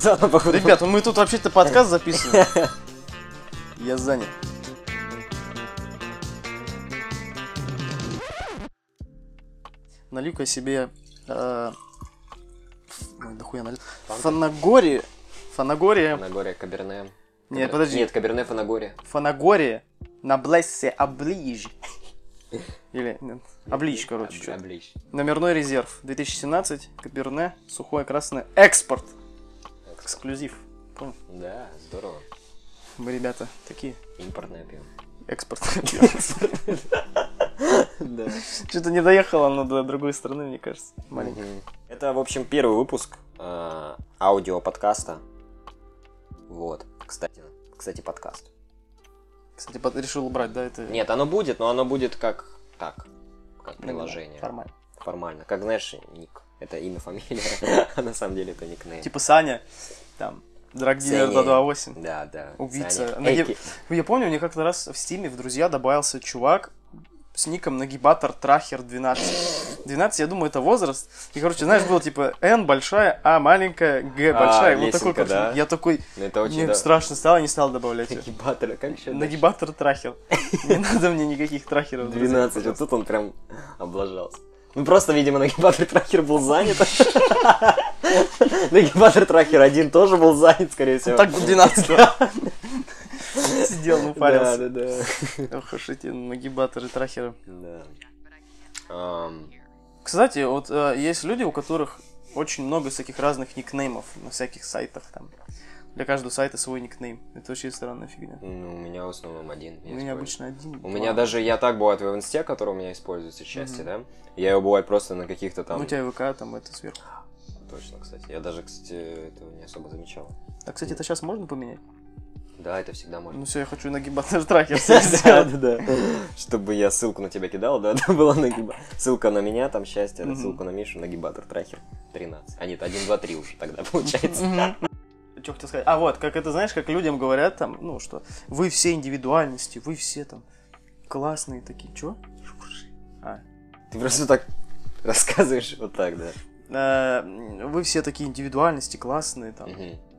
Да, походу. Ребята, мы тут вообще-то подкаст записываем. Я занят. Налью-ка себе... Ой, дохуя налил. Фанагория. Фанагория, Каберне. Нет, подожди. Нет, Каберне, Фанагория. Фанагория. Наблессе оближ. Или... Нет, облич, короче. Что. Облич. Номерной резерв. 2017. Каберне. Сухое красное. Экспорт. Эксклюзив. Понял? Да, здорово. Мы, ребята, такие. Импортное пиво. Экспорт. Да. Что-то не доехало оно до другой страны, мне кажется. Маленько. Это, в общем, первый выпуск аудиоподкаста. Вот. Кстати, подкаст. Кстати, решил убрать, да, это... Нет, оно будет, но оно будет как приложение. Формально. Формально. Как, знаешь, ник. Это имя, фамилия. А на самом деле это никнейм. Типа Саня, там, Драгдинер 228. Да. Убийца. Саня. Я помню, мне как-то раз в Стиме в друзья добавился чувак с ником Нагибатор Трахер 12. 12, я думаю, это возраст. И, короче, знаешь, было типа N большая, А маленькая, Г большая. Вот такой, короче. Да? Я такой, Это очень, мне страшно стало, не стал добавлять. Нагибатор, как еще? Нагибатор Трахер. Не надо мне никаких трахеров. 12, вот тут он прям облажался. Ну просто, видимо, Нагибатор Трахер был занят. Нагибатор Трахер 1 тоже был занят, скорее всего. Так 12, сидел, упарился. Да. Ох уж эти нагибаторы трахеры. Да. Кстати, вот есть люди, у которых очень много всяких разных никнеймов на всяких сайтах там. Для каждого сайта свой никнейм. Это очень странная фигня. Ну, у меня в основном один. У меня обычно один. У меня даже, я так бывает в инсте, который у меня используется части, да? Я его бывает просто на каких-то там... Ну, у тебя ВК там это сверху. Точно, кстати. Я даже, кстати, этого не особо замечал. А, кстати, это сейчас можно поменять? Да, это всегда можно. Ну все, я хочу нагибатор трахер сделать. Да. Чтобы я ссылку на тебя кидал, да, это была нагибатор. Ссылка на меня, там счастье, ссылку на Мишу, нагибатор трахер 13. А нет, 1, 2, 3 уже тогда получается. Что хотел сказать? А вот, как это, знаешь, как людям говорят там, ну что, вы все индивидуальности, вы все там классные такие. Чё? Ты просто так рассказываешь вот так, да. Вы все такие индивидуальности, классные там.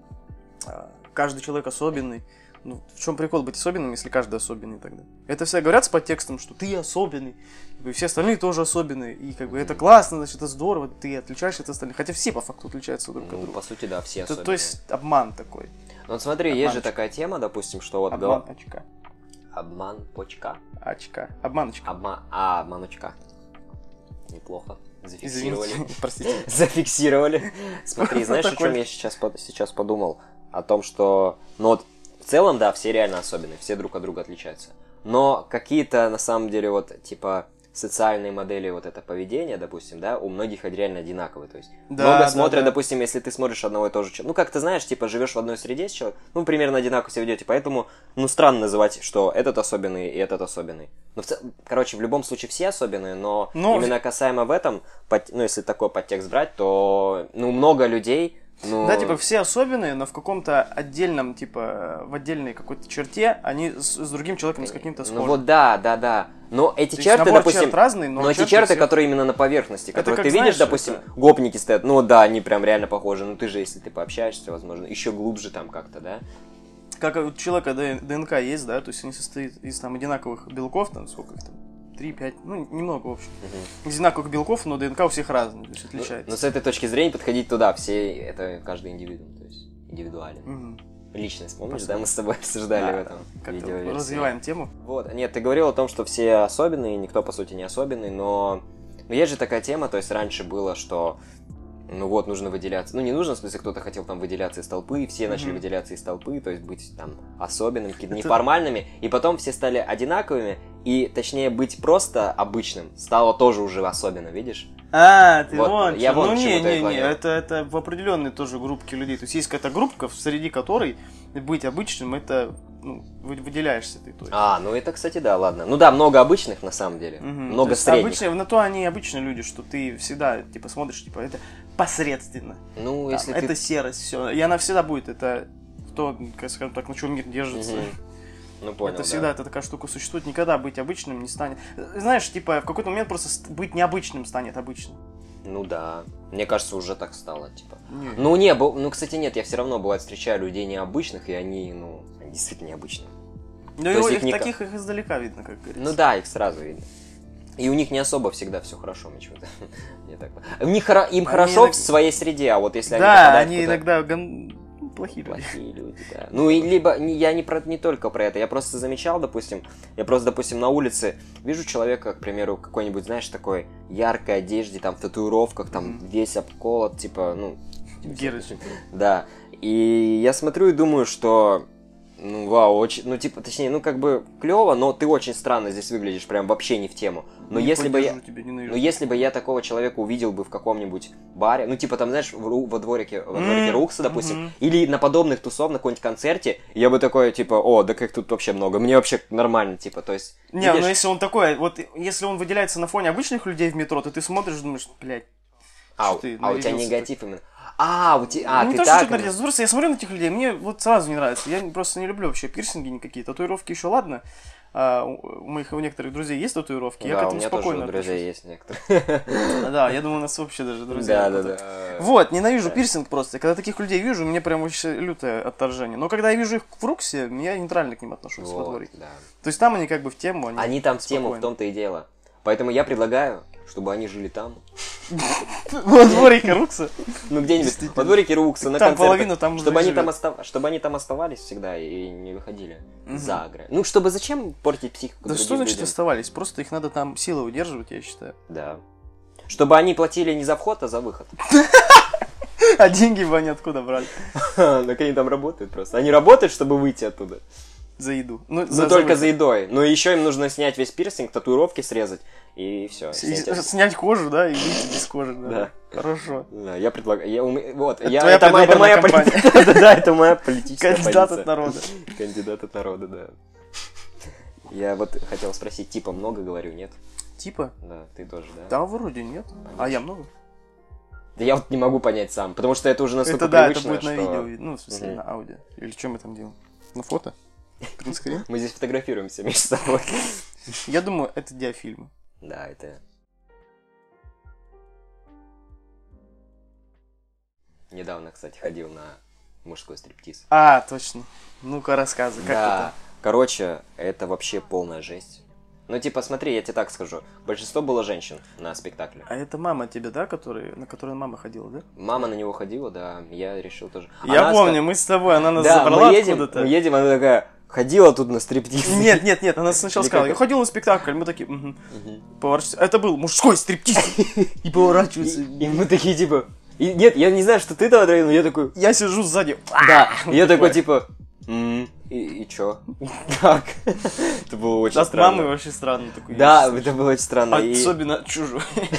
Каждый человек особенный. Ну, в чем прикол быть особенным, если каждый особенный тогда? Это все говорят с подтекстом, что ты особенный, и все остальные тоже особенные. И как бы это классно, значит, это здорово, ты отличаешься от остальных. Хотя все по факту отличаются друг от друга. По сути, да, все особенные. То есть обман такой. Ну вот смотри, есть же такая тема, допустим, что вот... Обман очка. Обман почка? Очка. Обманочка. Обманочка. Неплохо. Зафиксировали. Извините, простите. Зафиксировали. Смотри, знаешь, о чем я сейчас подумал? О том, что... Ну вот, в целом, да, все реально особенные, все друг от друга отличаются. Но какие-то, на самом деле, вот, типа, социальные модели вот это поведения, допустим, да, у многих реально одинаковые. То есть, много смотрят, допустим, если ты смотришь одного и того же человека. Ну, как ты знаешь, типа, живешь в одной среде с человеком, ну, примерно одинаково себя ведете, поэтому, ну, странно называть, что этот особенный и этот особенный. Ну, короче, в любом случае все особенные, но именно касаемо в этом, ну, если такой подтекст брать, то, ну, много людей... Ну... Да, типа, все особенные, но в каком-то отдельном, типа, в отдельной какой-то черте они с другим человеком с каким-то схожи. Ну вот да. Но эти то черты, допустим... черт разный, но эти черты, которые именно на поверхности, которые ты видишь, допустим, гопники стоят, ну да, они прям реально похожи. Ну ты же, если ты пообщаешься, возможно, еще глубже там как-то, да? Как у человека ДНК есть, да, то есть они состоят из там одинаковых белков, там сколько их там, 3-5, ну немного в общем. Из одинаковых белков, но ДНК у всех разная, то есть отличается. Но с этой точки зрения подходить туда, все, это каждый индивидуум, то есть индивидуален. Личность, помнишь, да, мы с тобой обсуждали в этом видеоверсии. Развиваем тему. Вот, нет, ты говорил о том, что все особенные, никто по сути не особенный, но есть же такая тема, то есть раньше было, что ну вот, нужно выделяться. Ну, не нужно, в смысле, кто-то хотел там выделяться из толпы, все начали выделяться из толпы, то есть быть там особенными, какими-то неформальными, и потом все стали одинаковыми, и, точнее, быть просто обычным стало тоже уже особенно, видишь? А, ты вот, вон, я ну вон не, это в определенной тоже группке людей. То есть есть какая-то группка, среди которой быть обычным, это, ну, выделяешься ты. То есть. А, ну это, кстати, да, ладно. Ну да, много обычных на самом деле, много средних. Обычные, на то они обычные люди, что ты всегда, типа, смотришь, типа, это посредственно. Ну, там, если это серость, все. И она всегда будет, это то, скажем так, на чем мир держится. Ну, понял, это всегда эта такая штука существует, никогда быть обычным не станет. Знаешь, типа, в какой-то момент просто быть необычным станет обычным. Ну да. Мне кажется, уже так стало, типа. Нет. Ну, кстати, нет, я все равно, бывает, встречаю людей необычных, и они действительно необычные. Ну, их таких их издалека видно, как говорится. Ну да, их сразу видно. И у них не особо всегда все хорошо почему-то. Им хорошо в своей среде, а вот если они попадают... Да, они иногда плохие люди. Плохие люди, да. Ну, и либо, я не только про это, я просто замечал, допустим, на улице вижу человека, к примеру, какой-нибудь, знаешь, такой яркой одежде, там, в татуировках, там, весь обколот, типа, ну... Герыч. Да. И я смотрю и думаю, что... Ну, вау, очень, ну, типа, точнее, ну, как бы, клево, но ты очень странно здесь выглядишь, прям вообще не в тему. Но если бы я такого человека увидел бы в каком-нибудь баре, ну, типа, там, знаешь, во дворике Рукса, допустим, или на подобных тусов, на каком-нибудь концерте, я бы такой, типа, о, да как тут вообще много, мне вообще нормально, типа, то есть... Не, видишь... ну, если он такой, вот, если он выделяется на фоне обычных людей в метро, то ты смотришь и думаешь, блядь, у тебя негатив именно. Ты так... Я смотрю на этих людей, мне вот сразу не нравится. Я просто не люблю вообще пирсинги никакие. Татуировки еще ладно. У некоторых друзей есть татуировки. Я к этому спокойно отношусь. У меня тоже у друзей есть некоторые. Да, я думаю, у нас вообще даже друзья. Да. Вот, ненавижу пирсинг просто. Когда таких людей вижу, мне прям вообще лютое отторжение. Но когда я вижу их в Руксе, я нейтрально к ним отношусь во дворе. То есть там они как бы в тему. Они там в тему, в том-то и дело. Поэтому я предлагаю, чтобы они жили там. Во дворике Рукса? Ну, где-нибудь во дворике Рукса, на концертах. Половину там чтобы они там оставались всегда и не выходили за грань. Ну, чтобы зачем портить психику? Да что значит оставались? Просто их надо там силой удерживать, я считаю. Да. Чтобы они платили не за вход, а за выход. А деньги бы они откуда брали? Так они там работают просто. Они работают, чтобы выйти оттуда. За еду. Ну только за едой. Но еще им нужно снять весь пирсинг, татуировки срезать, и все. Снять кожу, да, и выйти без кожи, да. Хорошо. Да, я предлагаю. Вот, это моя политика. Да, это моя политическая позиция. Кандидат от народа. Кандидат от народа, да. Я вот хотел спросить, типа много говорю, нет? Типа? Да, ты тоже, да? Да, вроде нет. А я много? Да я вот не могу понять сам, потому что это уже настолько привычно, что... это будет на видео, ну, в смысле, на аудио. Или что мы там делаем? На фото? Мы здесь фотографируемся между собой. Я думаю, это диафильмы. Да, это... Недавно, кстати, ходил на мужской стриптиз. Точно. Ну-ка, рассказывай, как это? Короче, это вообще полная жесть. Ну, типа, смотри, я тебе так скажу. Большинство было женщин на спектакле. А это мама тебе, да, на которую мама ходила, да? Мама на него ходила, да. Я решил тоже. Я помню, мы с тобой, она нас забрала откуда-то. Мы едем, она такая... Ходила тут на стриптиз. Нет, она сначала сказала, я ходила на спектакль, мы такие, поворачиваемся. Это был мужской стриптиз. И поворачиваются. И мы такие, типа... Нет, я не знаю, что ты там, но я такой... Я сижу сзади. Да, я такой, типа... И чё? Как? Это было очень странно. От мамы вообще странно. Да, это было очень странно. Особенно чужой.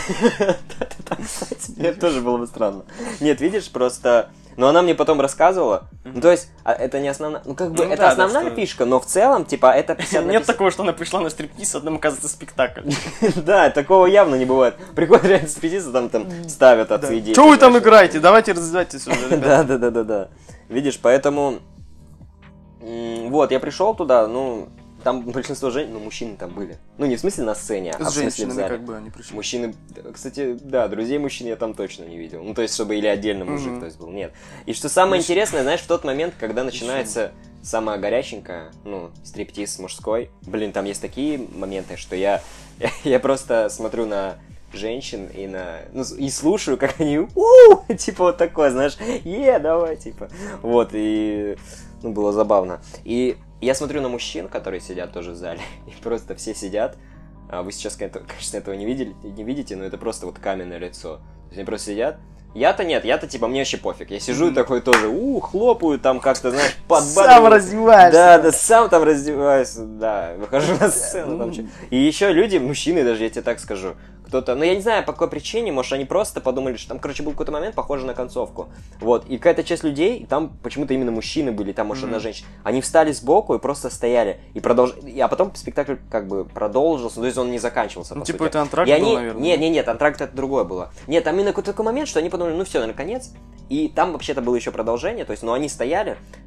Это тоже было бы странно. Нет, видишь, просто... Но она мне потом рассказывала. Ну, то есть, это не основная... Ну, как бы, это основная фишка, но в целом, типа, это 50 на 50. Нет такого, что она пришла на стриптиз, а там, оказывается, спектакль. Да, такого явно не бывает. Приходят реально стриптиз, а там ставят отцы идеи. Что вы там играете? Давайте развивайтесь уже, ребята. Да. Видишь, поэтому... Вот, я пришел туда, ну... Там большинство мужчины там были. Ну, не в смысле на сцене, а в смысле в зале. Как бы они пришли. Мужчины, кстати, да, друзей мужчин я там точно не видел. Ну, то есть, чтобы или отдельно мужик, то есть, был, нет. И что самое интересное, знаешь, в тот момент, когда начинается самая горяченькая, ну, стриптиз мужской, блин, там есть такие моменты, что я просто смотрю на женщин и слушаю, как они, типа вот такое, знаешь, давай, типа, вот, и, было забавно. И я смотрю на мужчин, которые сидят тоже в зале, и просто все сидят. Вы сейчас, конечно, этого не видите, но это просто вот каменное лицо. То есть они просто сидят. Я-то нет, типа, мне вообще пофиг. Я сижу и такой тоже, хлопаю там как-то, знаешь, подбадриваю. Сам раздеваешься. Да, сам там раздеваюсь, да, выхожу на сцену. Там. И еще люди, мужчины даже, я тебе так скажу, кто-то, я не знаю, по какой причине, может, они просто подумали, что там, был какой-то момент, похожий на концовку. Вот, и какая-то часть людей, там почему-то именно мужчины были, там, может, одна женщина, они встали сбоку и просто стояли, а потом спектакль как бы продолжился, то есть он не заканчивался, по типа, сути. это антракт был, наверное? Нет, антракт это другое было. Нет, там именно какой-то такой момент, что они подумали, все, наконец, и там вообще-то было еще продолжение, то есть, они стояли,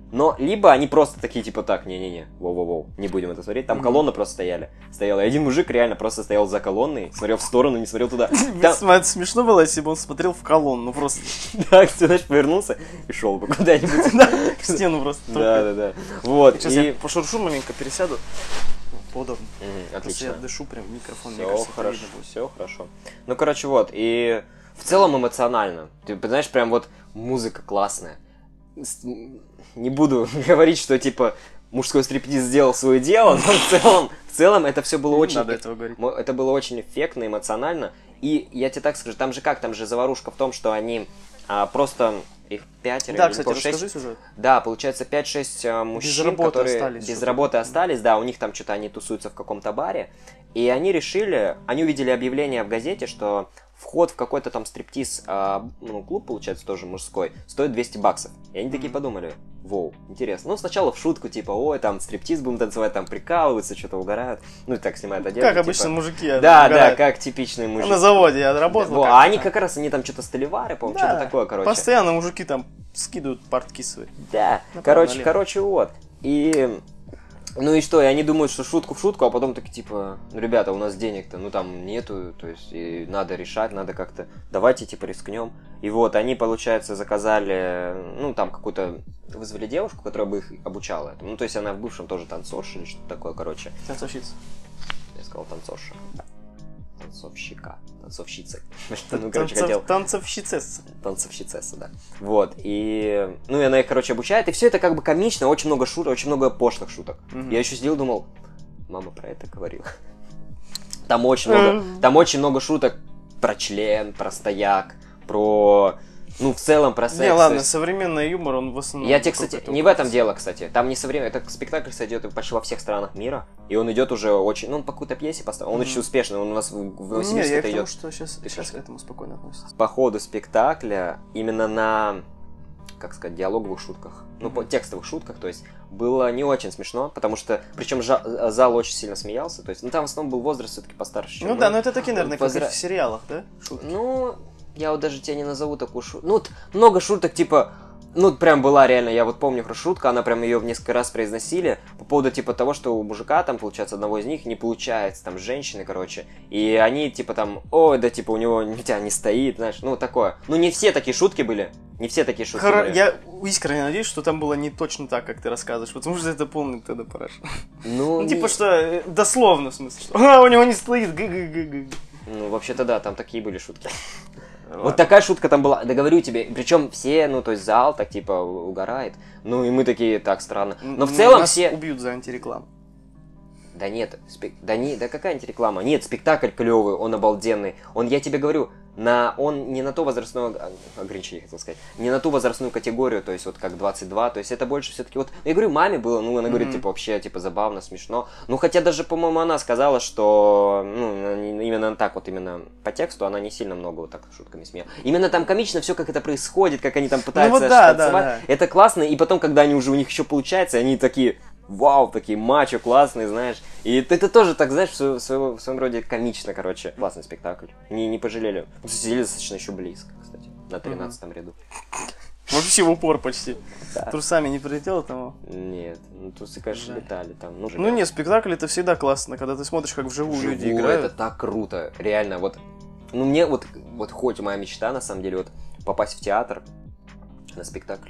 Но либо они просто такие, типа, так, не-не-не, воу-воу-воу, не будем это смотреть. Там колонна просто стояла. И один мужик реально просто стоял за колонной, смотрел в сторону, не смотрел туда. Это смешно было, если бы он смотрел в колонну просто. Да, ты, знаешь, повернулся и шел бы куда-нибудь. В стену просто. Да. Вот. Сейчас я пошуршу маленько, пересяду. Удобно. Отлично. Я дышу прям в микрофон, мне Все кажется, хорошо, все хорошо. Ну, короче, вот, и в целом эмоционально. Ты знаешь, прям вот музыка классная. Не буду говорить, что, типа, мужской стриптиз сделал свое дело, но в целом это все было очень... Надо этого говорить. Это было очень эффектно, эмоционально. И я тебе так скажу, там же заварушка в том, что они просто... Их 5, да, кстати, расскажи сюжет. Да, получается 5-6 мужчин, которые без работы остались, да, у них там что-то они тусуются в каком-то баре, и они увидели объявление в газете, что вход в какой-то там стриптиз, клуб, получается, тоже мужской, стоит $200. И они такие подумали, воу, интересно. Ну, сначала в шутку, типа, ой, там стриптиз будем танцевать, там прикалываются, что-то угорают. Ну, и так снимают одежду. Как обычно мужики. Да, как типичные мужики. На заводе я работал. А они как раз, они там что-то столивары, по-моему, что-то такое, короче. Постоянно мужики там скидывают портки свои. Да, короче, вот. И... Ну и что, и они думают, что шутку в шутку, а потом такие, типа, ну, ребята, у нас денег-то, ну, там нету, то есть, и надо решать, надо как-то, давайте, типа, рискнем. И вот, они, получается, заказали, ну, там, какую-то, вызвали девушку, которая бы их обучала этому. Ну, то есть, она в бывшем тоже танцорша или что-то такое, короче. Танцовщица. Я сказал танцорша. Танцовщица. Ну, короче, хотел... Танцовщицесса, да. Вот, и... Ну, и она их, короче, обучает, и все это как бы комично, очень много шуток, очень много пошлых шуток. Я еще сидел и думал, мама про это говорила. Там очень много шуток про член, про стояк, про... Ну, в целом про секс. Не, ладно, современный юмор, он в основном... Я тебе, кстати, не в этом дело, кстати. Там не современный... Это спектакль, кстати, идет почти во всех странах мира. И он идет уже очень... Ну, он по какой-то пьесе поставил. Он очень успешный. Он у нас в Новосибирске это идет. Я к тому, что сейчас к этому спокойно относится. По ходу спектакля именно на... Как сказать, диалоговых шутках. Ну, по текстовых шутках, то есть, было не очень смешно, потому что, причем зал очень сильно смеялся, то есть, ну, там в основном был возраст все-таки постарше, чем ну, да, но это такие, наверное, как в сериалах, да, шутки? Ну, я вот даже тебя не назову такую шутку. Ну, вот много шуток, типа, ну, прям была реально, я вот помню шутка, она прям ее в несколько раз произносили, по поводу, типа, того, что у мужика, там, получается, одного из них не получается, там, с женщиной, короче, и они, типа, там, ой, да, типа, у него нитя не стоит, знаешь, ну, такое. Ну, не все такие шутки были, были. Я искренне надеюсь, что там было не точно так, как ты рассказываешь, потому что это полный тогда параш. Ну, типа, что, дословно, в смысле, что, у него не стоит, г-г-г-г. Ну, вообще-то, да, там такие были шутки. Вот такая шутка там была, да говорю тебе, причем все, ну, то есть зал так, типа, угорает, ну, и мы такие, так, странно. Но в целом нас все... убьют за антирекламу. Да нет, да какая антиреклама? Нет, спектакль клевый, он обалденный. Я тебе говорю, он не на то возрастное ограничение, хотел сказать, не на ту возрастную категорию, то есть вот как 22, то есть это больше все-таки вот, я говорю, маме было, ну, она говорит, типа, вообще, типа, забавно, смешно. Ну, хотя даже, по-моему, она сказала, что, ну, именно так вот, именно по тексту она не сильно много вот так шутками смеялась. Именно там комично все, как это происходит, как они там пытаются танцевать. Это классно, и потом, когда они уже у них еще получается, они такие... Вау, такие мачо классные, знаешь. И это тоже, так, знаешь, в своем роде комично, короче. Классный спектакль. Не пожалели. Сидели достаточно еще близко, кстати. На 13-м ряду. Вообще в упор почти. Да. Трусами не прилетело там? Нет, ну трусы, конечно, летали там. Ну нет, спектакль это всегда классно, когда ты смотришь, как вживую люди играют. Это так круто, реально. Вот, ну мне вот хоть моя мечта, на самом деле, вот попасть в театр на спектакль.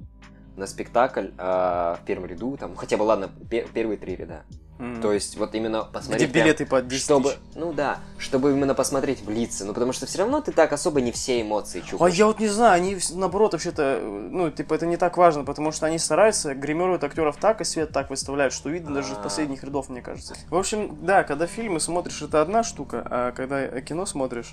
В первом ряду, там, хотя бы, ладно, первые 3 ряда. То есть, вот именно посмотреть... Где билеты по 10 чтобы, ну да, чтобы именно посмотреть в лица. Ну, потому что все равно ты так особо не все эмоции чувствуешь. А я вот не знаю, они, наоборот, вообще-то, ну, типа, это не так важно, потому что они стараются, гримируют актеров так, и свет так выставляют, что видно даже с последних рядов, мне кажется. В общем, да, когда фильмы смотришь, это одна штука, а когда кино смотришь...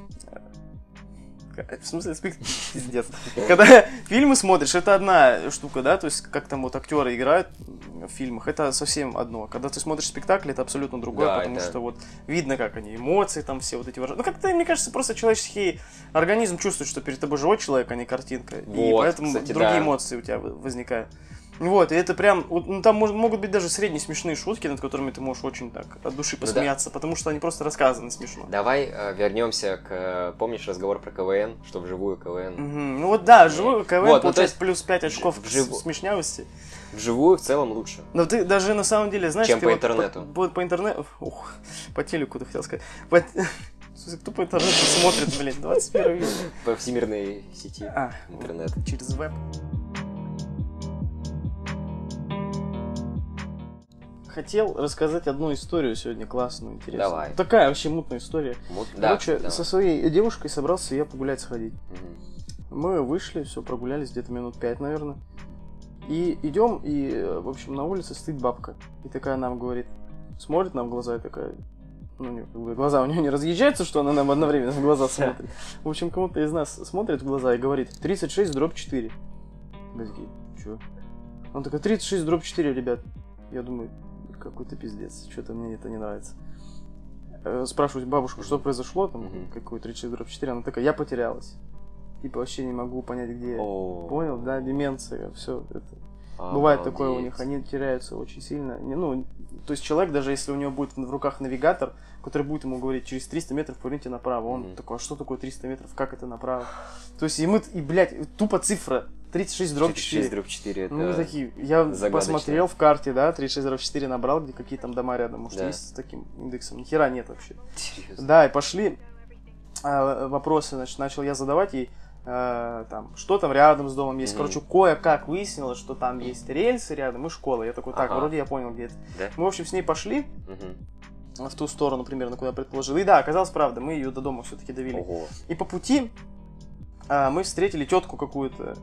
В смысле, пиздец. Когда фильмы смотришь, это одна штука, да, то есть как там вот актеры играют в фильмах, это совсем одно. Когда ты смотришь спектакль, это абсолютно другое, да, потому что вот видно, как они, эмоции там все вот эти выражения. Ну, как-то, мне кажется, просто человеческий организм чувствует, что перед тобой живой человек, а не картинка. Вот, и поэтому кстати, другие эмоции у тебя возникают. Вот, и это прям, ну, там могут быть даже средние смешные шутки, над которыми ты можешь очень так от души посмеяться, потому что они просто рассказаны смешно. Давай вернемся к, помнишь разговор про КВН, что вживую КВН? Ну вот да, вживую КВН вот, получается плюс 5 очков смешнявости. Вживую в целом лучше. Но ты даже на самом деле, знаешь, чем ты по интернету. По интернету, по телеку, ты хотел сказать. Кто по интернету смотрит, блин, 21 век? По всемирной сети интернет. Через веб. Хотел рассказать одну историю сегодня классную, интересную. Давай. Такая вообще мутная история. Короче, да, со своей девушкой собрался я погулять сходить. Мы вышли, все, прогулялись где-то минут 5, наверное. И идем, и, в общем, на улице стоит бабка. И такая нам говорит, смотрит нам в глаза и такая... Ну, глаза у нее не разъезжаются, что она нам одновременно в глаза смотрит. В общем, кому-то из нас смотрит в глаза и говорит 36/4. Мы такие, чё? Он такой, 36/4, ребят. Я думаю, какой-то пиздец, что-то мне это не нравится. Спрашиваю бабушку, что произошло, там, какой 36/4, она такая, я потерялась. Типа вообще не могу понять, где я. Понял, да, деменция, все это. Бывает такое у них, они теряются очень сильно. Ну, то есть человек, даже если у него будет в руках навигатор, который будет ему говорить, через 300 метров поверните направо, он такой, а что такое 300 метров, как это направо? То есть, блядь, тупо цифра 36/4. 36/4, это мы такие, я загадочно. Посмотрел в карте, да, 36/4 набрал, где какие там дома рядом, может, есть с таким индексом, ни хера нет вообще. Серьезно? Да, и пошли вопросы, значит, начал я задавать ей, там, что там рядом с домом есть. Короче, кое-как выяснилось, что там есть рельсы рядом и школа. Я такой, так, вроде я понял, где это. Да? Мы, в общем, с ней пошли в ту сторону, примерно, куда предположил. И да, оказалось, правда, мы ее до дома все-таки довели. Ого. И по пути мы встретили тетку какую-то,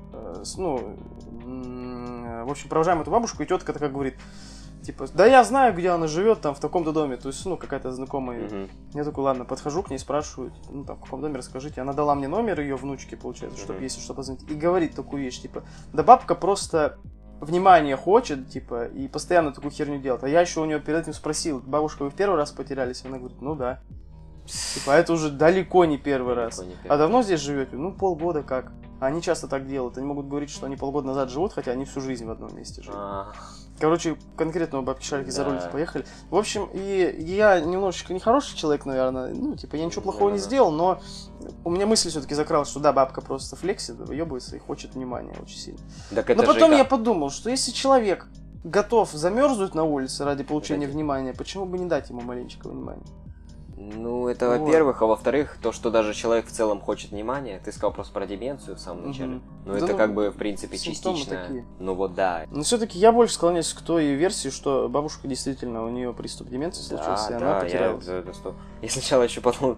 в общем, провожаем эту бабушку, и тетка такая говорит, типа, да я знаю, где она живет, там, в таком-то доме, то есть, какая-то знакомая. Я такой, ладно, подхожу к ней, спрашиваю, там, в каком доме, расскажите. Она дала мне номер ее внучки, получается, чтобы, если что, позвонить. И говорит такую вещь, типа, да бабка просто внимание хочет, типа, и постоянно такую херню делает. А я еще у нее перед этим спросил, бабушка, вы в первый раз потерялись? Она говорит, ну да. Типа, это уже далеко не первый раз. А давно здесь живете? Ну, полгода как. Они часто так делают. Они могут говорить, что они полгода назад живут, хотя они всю жизнь в одном месте живут. Короче, конкретно у бабки Шарики за руль поехали. В общем, и я немножечко нехороший человек, наверное. Ну, типа, я ничего плохого не сделал, но у меня мысль все-таки закралась, что да, бабка просто флексит, выебывается и хочет внимания очень сильно. Но потом я подумал, что если человек готов замерзнуть на улице ради получения внимания, почему бы не дать ему маленечко внимания? Ну, это во-первых, а во-вторых, то, что даже человек в целом хочет внимания, ты сказал просто про деменцию в самом начале, но это как бы, в принципе, частично, ну вот да. Но все-таки я больше склоняюсь к той версии, что бабушка действительно, у нее приступ деменции случился, и она потерялась. Я сначала еще подумал,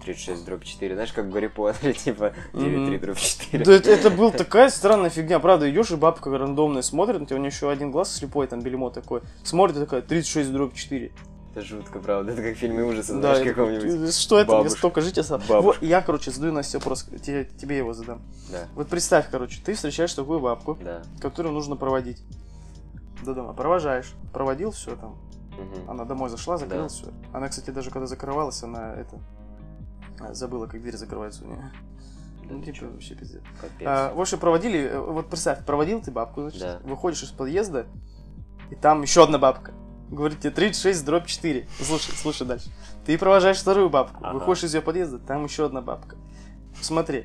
36/4, знаешь, как в Гарри Поттере, типа 9/3/4. Да это была такая странная фигня, правда, идешь и бабка рандомная смотрит, у нее еще один глаз слепой, там бельмо такое, смотрит и такая 36/4. Это жутко, правда. Это как в фильме ужасов, знаешь, да, какого-нибудь. Что это? Мне столько жить осталось. Вот, я, короче, задаю Насте вопрос, тебе его задам. Да. Вот представь, короче, ты встречаешь такую бабку, которую нужно проводить до дома. Провожаешь. Проводил, все там. Она домой зашла, закрыла все. Она, кстати, даже когда закрывалась, она забыла, как дверь закрывается у нее. Ну, типа, вообще пиздец. В общем, проводили, вот представь, проводил ты бабку, значит, выходишь из подъезда, и там еще одна бабка. Говорит тебе 36/4. Слушай дальше. Ты провожаешь вторую бабку. Выходишь из ее подъезда, там еще одна бабка. Смотри.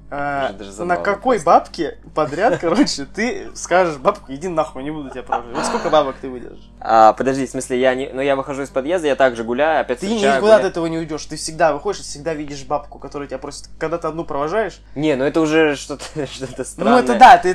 На какой бабке подряд, короче, ты скажешь, бабку, иди нахуй, не буду тебя провожать. Вот сколько бабок ты выдержишь? Подожди, в смысле, я выхожу из подъезда, я также гуляю, опять встречаю. Ты никуда от этого не уйдешь. Ты всегда выходишь и всегда видишь бабку, которая тебя просит. Когда ты одну провожаешь. Не, ну это уже что-то странное. Ну это да, ты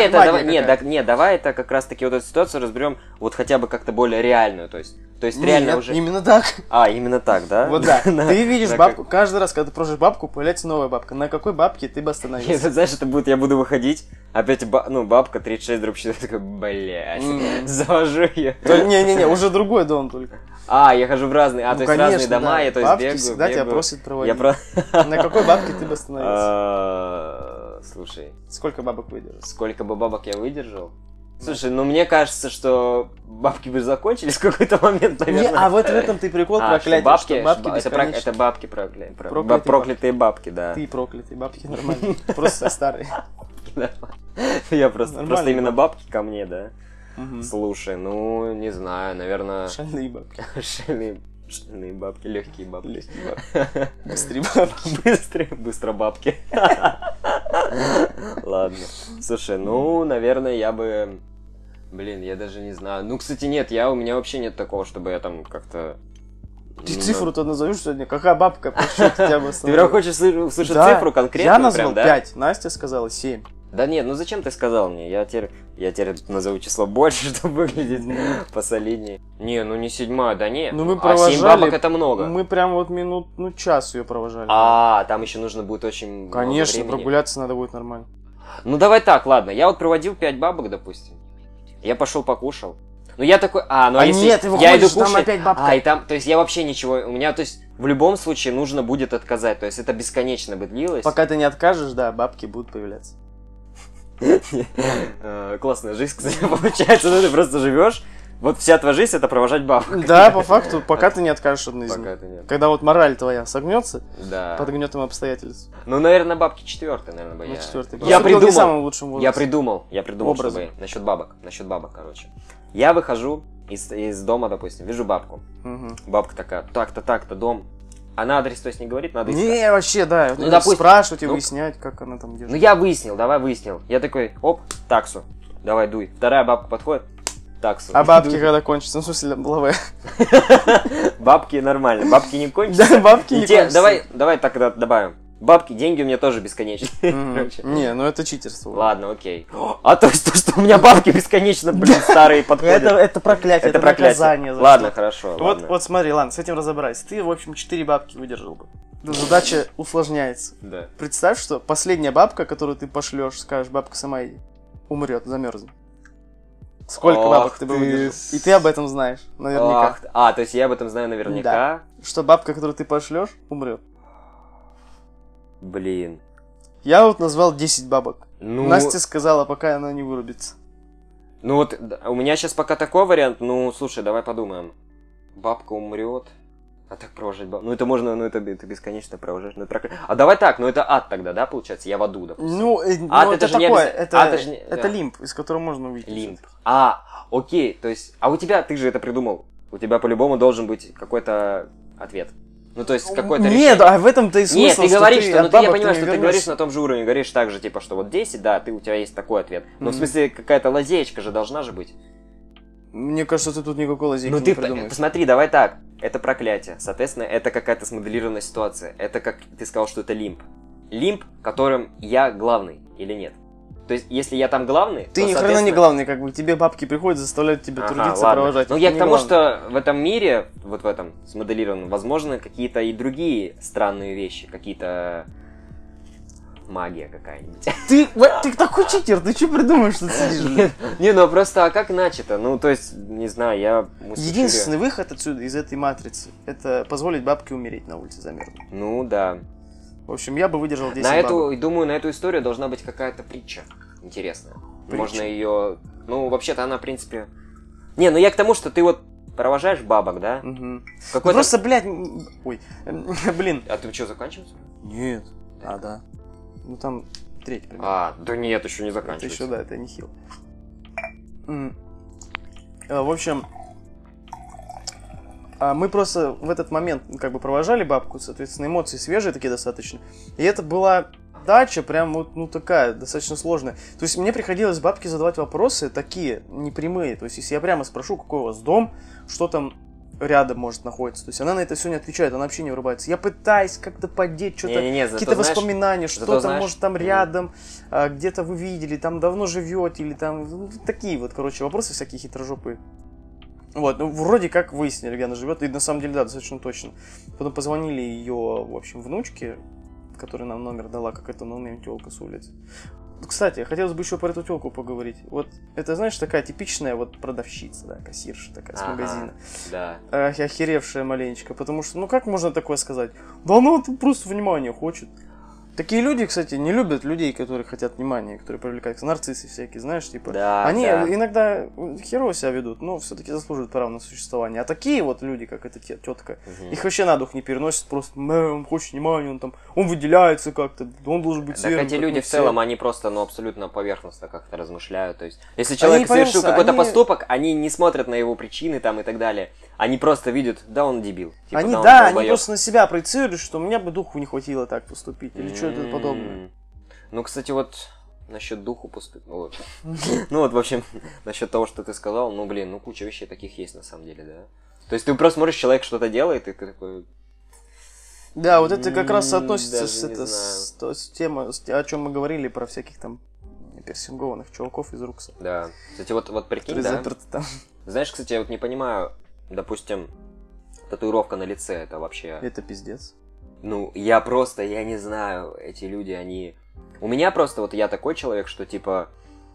это давай это как раз таки вот эту ситуацию разберем вот хотя бы как-то более реальную, то есть реально уже. Именно так. Именно так, да? Вот да. Ты видишь бабку, каждый раз, когда ты провожаешь бабку, появляется новая бабка. На какой бабке ты бы остановился? Нет, знаешь, это будет, я буду выходить, опять, бабка 36/4, такой, блядь, завожу ее. Не-не-не, уже другой дом только. Я хожу в разные, то есть в разные дома, я то есть бегаю. Всегда тебя просят проводить. На какой бабке ты бы остановился? Слушай. Сколько бабок выдержал? Сколько бы бабок я выдержал? Слушай, мне кажется, что бабки бы закончились в какой-то момент, наверное. Вот в этом ты прикол проклятия. Бабки это бабки проклятые бабки, да. Ты проклятые бабки, нормально. Просто старые. Я просто именно бабки ко мне, да? Мгм. Слушай, ну, не знаю, наверное... Шальные бабки. Шальные бабки, легкие бабки. Легкие бабки. Быстрее бабки. Быстро бабки. Ладно. Слушай, ну, наверное, я бы... Блин, я даже не знаю. Ну, кстати, нет, у меня вообще нет такого, чтобы я там как-то... Ты цифру-то назовешь сегодня? Какая бабка по счету тебя бы Ты прям хочешь слышать Да. цифру конкретную? Я назвал прям, да? 5, Настя сказала 7. Да нет, ну зачем ты сказал мне? Я теперь назову число больше, чтобы выглядеть посолиднее. Не, ну не 7, да не. Ну мы А 7 провожали... бабок это много. Мы прям вот минут, час ее провожали. А, там еще нужно будет очень много Конечно, времени. прогуляться надо будет нормально. Ну давай так, ладно. Я вот проводил 5 бабок, допустим. Я пошел покушал. Ну я такой, ну А если нет, ты я иду выходишь, там кушать, опять бабка. и там, то есть я вообще ничего, у меня, то есть в любом случае нужно будет отказать, то есть это бесконечно бы длилось. Пока ты не откажешь, да, бабки будут появляться. Классная жизнь, кстати, получается, ну ты просто живешь, вот вся твоя жизнь это провожать бабок. Да, по факту, пока ты не откажешь одну из Пока них. ты нет. Когда вот мораль твоя согнется Да. под гнетом обстоятельств. Ну, наверное, бабки 4, наверное, бы На я. 4-й. Я Не придумал. самым лучшим Я возрасте. придумал, Образом. чтобы насчет бабок, короче. Я выхожу из дома, допустим, вижу бабку. Мгм. Бабка такая, так-то, дом. Она адрес, то есть, не говорит, надо искать. Не, вообще, да. Ну, Надо допустим, спрашивать и ну, выяснять, как она там держит. Ну, я выяснил, давай выяснил. Я такой, оп, таксу, давай дуй. Вторая бабка подходит, таксу. А бабки Дуй. когда кончатся? Ну, в смысле, лаве. Бабки нормально, бабки не кончатся. Да, бабки И не те- кончатся. Давай тогда добавим. Бабки, деньги у меня тоже бесконечные. Мгм. Короче. Не, ну это читерство. Ладно, окей. А то, что у меня бабки бесконечно, блин, старые подходят. Это проклятие, это наказание. за Ладно, что. хорошо, ладно. Вот смотри, ладно, с этим разобрались. Ты, в общем, 4 бабки выдержал бы. Ну, задача усложняется. Да. Представь, что последняя бабка, которую ты пошлешь, скажешь, бабка сама иди, умрет, замерзнет. Сколько Ох бабок ты бы ты выдержал? И ты об этом знаешь, наверняка. То есть я об этом знаю наверняка. Что бабка, которую ты пошлешь, умрет. Блин. Я вот назвал 10 бабок. Ну, Настя сказала, пока она не вырубится. ну вот, у меня сейчас пока такой вариант. Ну, слушай, давай подумаем. Бабка умрет. А так провожать бабку. Ну, это можно, это бесконечно провожаешь. Ну, это А давай так, это ад тогда, да, получается? Я в аду, допустим. Ну, Ад это это же не такое, обязательно- ад это же не- это да. лимб, из которого можно увидеть. Лимб. Окей, то есть... А у тебя, ты же это придумал. У тебя по-любому должен быть какой-то ответ. Ну, то есть, какое-то решение. Нет, а в этом-то и смысл, Нет, ты говоришь, что, от я бабок понимаю, не что ты вернешься. говоришь на том же уровне, говоришь так же, типа, что вот 10, да, у тебя есть такой ответ. Но в смысле, какая-то лазеечка же должна же быть. Мне кажется, ты тут никакой лазейки Ну не ты придумаешь. посмотри, давай так. Это проклятие. Соответственно, это какая-то смоделированная ситуация. Это как ты сказал, что это лимб. Лимб, которым я главный или нет. То есть, если я там главный, Ты то, ни хрена не соответственно- главный, как бы тебе бабки приходят, заставляют тебя Ага, трудиться, ладно. провожать. Ну, Ты я не к тому, главный. что в этом мире, вот в этом смоделированном, возможно, какие-то и другие странные вещи, какие-то магия какая-нибудь. Ты такой читер, ты что придумаешь, что ты сидишь? Не, ну просто, а как иначе-то? Ну, то есть, не знаю, я... Единственный выход отсюда, из этой матрицы, это позволить бабке умереть на улице замерзнуть. Ну, да. В общем, я бы выдержал 10 На бабок. эту, думаю, на эту историю должна быть какая-то притча интересная. Притча? Можно ее... Ну, вообще-то она, в принципе... Не, ну я к тому, что ты вот провожаешь бабок, да? Мгм. Ну, Какой-то... просто, блядь, ой, блин. А ты что, заканчивается? Нет. Да. Ну там треть примерно. Да нет, еще не Это заканчивается. еще, да, это не хил. В общем, мы просто в этот момент как бы провожали бабку, соответственно, эмоции свежие такие достаточно. И это была дача прям вот, ну, такая, достаточно сложная. То есть мне приходилось бабке задавать вопросы такие, непрямые. То есть если я прямо спрошу, какой у вас дом, что там рядом может находиться. То есть она на это все не отвечает, она вообще не врубается. Я пытаюсь как-то поддеть что-то, Не-не-не, зато какие-то знаешь- воспоминания, зато что там знаешь- может там рядом, где-то вы видели, там давно живете, или там ну, такие вот, короче, вопросы всякие хитрожопые. Вот, ну вроде как выяснили, где она живет, и на самом деле, да, достаточно точно. Потом позвонили ее, в общем, внучке, которая нам номер дала, какая-то ноунейм тёлка с улицы. Кстати, хотелось бы еще про эту тёлку поговорить. Вот это, знаешь, такая типичная вот продавщица, да, кассирша такая с Ага, магазина. Да. Охеревшая маленечко, потому что, ну как можно такое сказать? Да она вот просто внимание хочет. Такие люди, кстати, не любят людей, которые хотят внимания, которые привлекаются. Нарциссы всякие, знаешь, типа. Да, они да. иногда херово себя ведут, но все-таки заслуживают права на существование. А такие вот люди, как эта тетка, их вообще на дух не переносят, просто он хочет внимания, он выделяется как-то, он должен быть Так серым. эти люди в целом, они просто, абсолютно поверхностно как-то размышляют. То есть, если человек Они совершил какой-то они- поступок, они не смотрят на его причины там и так далее. Они просто видят, да, он дебил. Типа, Они, он они долбоёб. просто на себя проецируют, что у меня бы духу не хватило так поступить, или что-то подобное. Ну, кстати, вот насчет духу поступить. Вот. Ну вот, в общем, насчет того, что ты сказал, куча вещей таких есть на самом деле, да. То есть ты просто смотришь, человек что-то делает, и ты такой. Да, вот это как раз относится даже с темой, о чем мы говорили, про всяких там персингованных чуваков из Рукса. Да. Кстати, вот прикинь, Которые да. заперты там. Знаешь, кстати, я вот не понимаю, допустим, татуировка на лице, это вообще. Это пиздец. Я не знаю, эти люди, они... У меня просто, вот я такой человек, что типа,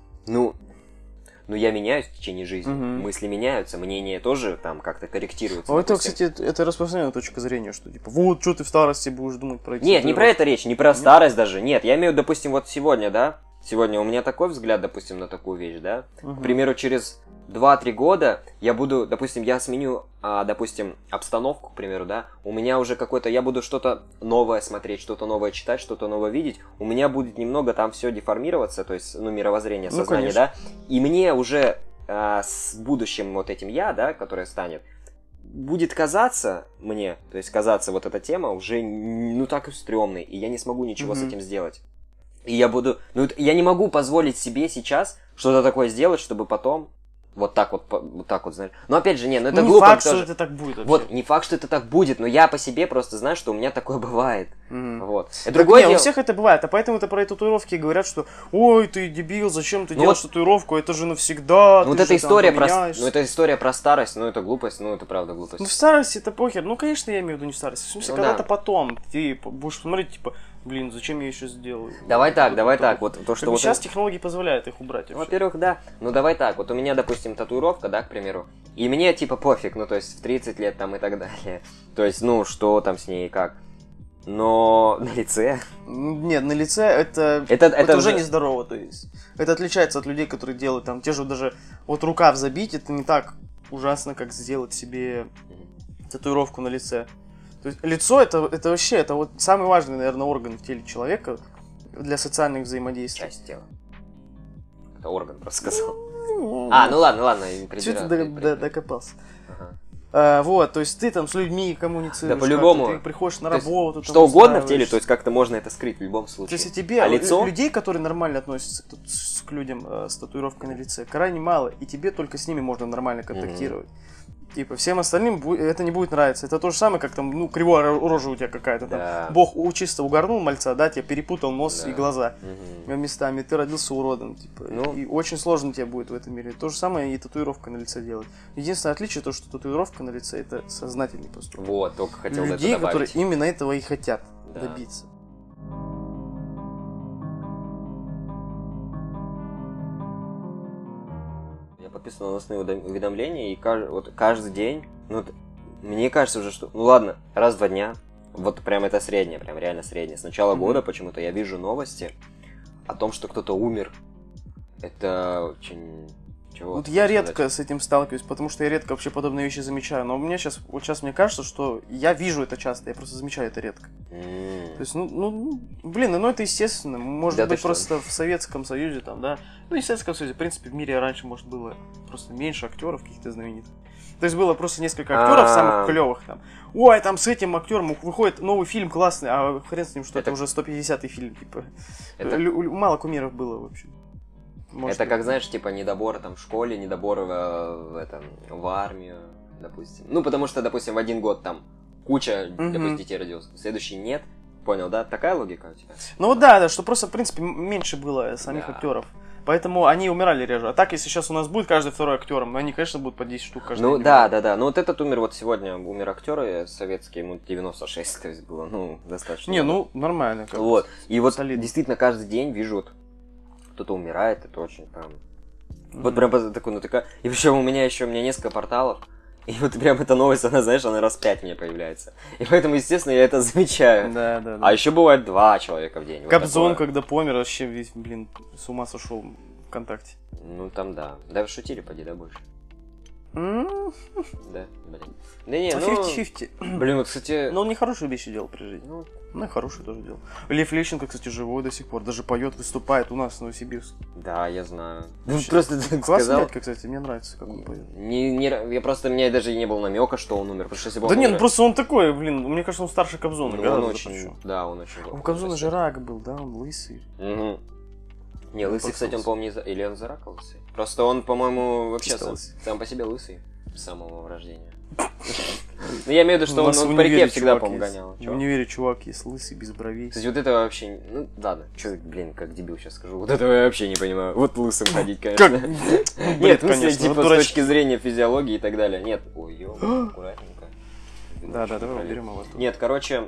я меняюсь в течение жизни, мысли меняются, мнения тоже там как-то корректируются. А это, кстати, это распространенная точка зрения, что типа, вот, что ты в старости будешь думать про эти Нет, не про это речь, не про старость даже, нет, я имею, допустим, вот сегодня, да, сегодня у меня такой взгляд, допустим, на такую вещь, да, к примеру, через 2-3 года я буду, допустим, я сменю, допустим, обстановку, к примеру, да, у меня уже какой-то, я буду что-то новое смотреть, что-то новое читать, что-то новое видеть, у меня будет немного там все деформироваться, то есть, мировоззрение, сознание, да, и мне уже с будущим вот этим я, да, которое станет, будет казаться мне, то есть казаться вот эта тема уже, так и стрёмной, и я не смогу ничего с этим сделать. И я буду, я не могу позволить себе сейчас что-то такое сделать, чтобы потом вот так вот, знаешь. Но опять же, это не глупо. факт, тоже. что это так будет вообще. Вот, не факт, что это так будет, но я по себе просто знаю, что у меня такое бывает. Вот. Так Другое дело... у всех это бывает, а поэтому это про татуировки говорят, что ой, ты дебил, зачем ты делаешь татуировку, это же навсегда, вот эта история про... это история про старость, это глупость, это правда глупость. В старости это похер, конечно, я имею в виду не в старости, в смысле, когда-то потом, ты будешь смотреть, типа, зачем я еще сделаю? Давай так, вот то, что... Сейчас технологии позволяют их убрать. Во-первых, да, давай так, вот у меня, допустим, татуировка, да, к примеру, и мне, типа, пофиг, то есть в 30 лет там и так далее, то есть, что там с ней и как, но на лице... Нет, на лице это уже нездорово, то есть, это отличается от людей, которые делают там, те же даже, вот рукав забить, это не так ужасно, как сделать себе татуировку на лице. То есть лицо это вообще, это вот самый важный, наверное, орган в теле человека для социальных взаимодействий. Часть тела. Это орган, просто сказал. Ладно, не придираться. Что ты докопался. Вот, то есть ты там с людьми коммуницируешь, да, по-любому. Ты приходишь на работу. Что угодно в теле, то есть как-то можно это скрыть в любом случае. То есть тебе, лицо? людей, которые нормально относятся к людям с татуировкой на лице, крайне мало, и тебе только с ними можно нормально контактировать. Типа, всем остальным это не будет нравиться. Это то же самое, как там, кривая рожа у тебя какая-то там. Да. Бог чисто угорнул мальца, да, тебе перепутал нос и глаза местами. Ты родился уродом, типа. И очень сложно тебе будет в этом мире. То же самое и татуировка на лице делать. Единственное отличие то, что татуировка на лице это сознательный поступок. Вот, только хотел людей, это добавить. которые именно этого и хотят добиться. Подписан на новостные уведомления, и каждый день, мне кажется уже, что, ладно, раз в 2 дня, вот прям это среднее, прям реально среднее. С начала года почему-то я вижу новости о том, что кто-то умер. Это очень... Чего? Вот я редко с этим сталкиваюсь, потому что я редко вообще подобные вещи замечаю, но мне сейчас мне кажется, что я вижу это часто, я просто замечаю это редко. То есть, это естественно, может быть, просто в Советском Союзе там, да, и в Советском Союзе, в принципе, в мире раньше, может, было просто меньше актеров каких-то знаменитых. То есть было просто несколько актеров самых клевых там. Ой, там с этим актером выходит новый фильм классный, а хрен с ним, что это уже 150-й фильм, типа. Мало кумиров было, в общем. Это как, знаешь, типа недобор там в школе, недобор в армию, допустим. Потому что, допустим, в 1 год там куча, допустим, детей родилось, в следующий нет. Понял, да? Такая логика у тебя? Да, что просто, в принципе, меньше было самих актеров. Поэтому они умирали реже. А так, если сейчас у нас будет каждый второй актером, они, конечно, будут по 10 штук каждый день. Да. Вот этот умер, сегодня умер актер советский, ему 96, то есть было, достаточно. Нормально. Вот. И вот действительно каждый день вижу, кто-то умирает, это очень прям... Вот прям такой, И причем у меня несколько порталов, И вот прям эта новость, она, знаешь, она раз 5 мне появляется. И поэтому, естественно, я это замечаю. Да. А еще бывает 2 человека в день. Кобзон, когда помер, вообще весь, блин, с ума сошел ВКонтакте. Ну, там да. Да, шутили, поди, да, больше. Да, блин. Да не, 50-50. Блин, вот, кстати... Но он не хорошие вещи делал при жизни. Ну, и хорошие тоже делал. Лев Лещенко, кстати, живой до сих пор. Даже поет, выступает у нас в Новосибирске. Да, я знаю. Просто классный дядька, кстати, мне нравится, как он поет. Я просто, у меня даже не было намека, что он умер. Потому что если бы Да он нет, умер... просто он такой, блин, мне кажется, он старше Кобзона. Ну, он очень... Да, он очень... У Кобзона же рак был, да, он лысый. Не, лысый, кстати, он, по-моему, не... Или он за рака лысый? Просто он, по-моему, вообще сам по себе лысый. С самого рождения. Ну, я имею в виду, что он в парике всегда, по-моему, гонял. В универе чувак есть лысый, без бровей. Кстати, вот это вообще... Ну, ладно, что, блин, как дебил сейчас скажу. Вот этого я вообще не понимаю. Вот лысым ходить, конечно. Нет, в смысле, типа, с точки зрения физиологии и так далее. Нет. Ой, аккуратненько. Да, давай уберем его. Нет, короче,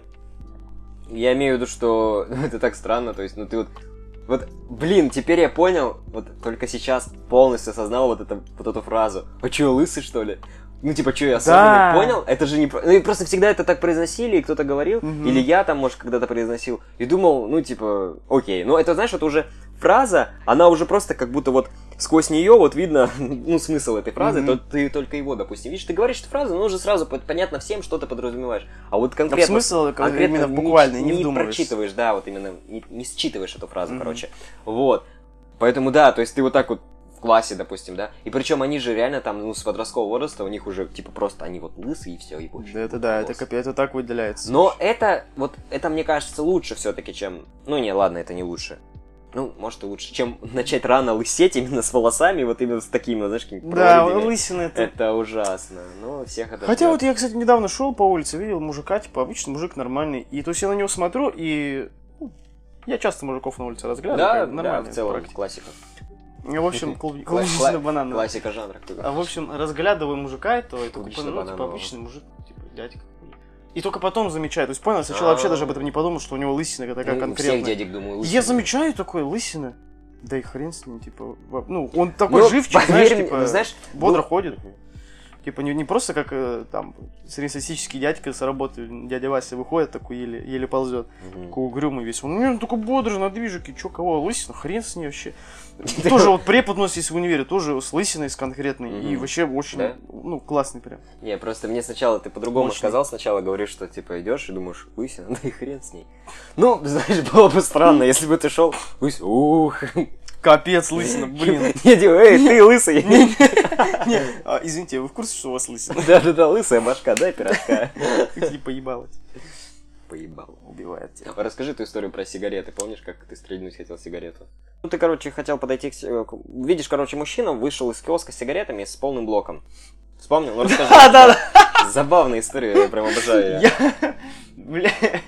я имею в виду, что это так странно, то есть, ну, ты вот, блин, теперь я понял, вот только сейчас полностью осознал вот эту фразу. А чё, лысый, что ли? Ну, типа, что я особенно понял? Это же не... Ну, просто всегда это так произносили, и кто-то говорил, или я там, может, когда-то произносил, и думал, ну, типа, окей. Но это, знаешь, это уже фраза, она уже просто как будто вот сквозь нее вот видно, ну, смысл этой фразы, то ты только его, допустим, видишь, ты говоришь эту фразу, но уже сразу понятно всем, что ты подразумеваешь. А вот конкретно... смысл именно буквально, не вдумываешься. Не прочитываешь, да, вот именно, не считываешь эту фразу, короче. Вот. Поэтому, да, то есть ты вот так вот в классе, допустим, да, и причем они же реально там, ну, с подросткового возраста у них уже, типа, просто они вот лысые и все, и больше. Это так выделяется. Но это, вот, это, мне кажется, лучше все-таки, чем... Ну, не, ладно, это не лучше. Ну, может и лучше, чем начать рано лысеть именно с волосами, вот именно с такими, знаешь, какими-то прорубями. лысина это... Это ужасно, но всех это Хотя ждёт. вот я, кстати, недавно шел по улице, видел мужика, типа, обычный мужик нормальный, и то есть я на него смотрю, и... Я часто мужиков на улице разглядываю, Да, в целом, классика. В общем, клубничный банан. Классика жанра. В общем, разглядываю мужика этого, и только, ну, типа, обычный мужик, типа, дядька. И только потом замечаю, то есть понял, сначала вообще даже об этом не подумал, что у него лысина такая конкретная. Всех дядек, думаю, лысина. Я замечаю такой, лысина, да и хрен с ним, типа, ну, он такой живчик, знаешь, типа, бодро ходит. Типа не просто как там среднестатистический дядька с работы, дядя Вася выходит такой, еле ползет, такой угрюмый весь. Он такой бодрый, на движике, чё, кого, лысина, хрен с ней вообще. Тоже вот препод у нас есть в универе, тоже с лысиной, с конкретной, и вообще очень, ну, классный прям. Не, просто мне сначала, ты по-другому сказал, сначала говоришь, что, типа, идешь и думаешь, лысина, да и хрен с ней. Ну, знаешь, было бы странно, если бы ты шел, ух... Капец, лысина, блин. Эй, ты лысый. Извините, вы в курсе, что у вас лысина? Да, лысая башка, дай пирожка. Ты поебалась. Поебал. Убивает тебя. Расскажи ту историю про сигареты. Помнишь, как ты стрельнуть хотел сигарету? Ну, ты, короче, хотел подойти к... Видишь, короче, мужчина вышел из киоска с сигаретами с полным блоком. Вспомнил? Ну, расскажи. Да. Забавная история, я прям обожаю ее. Бля...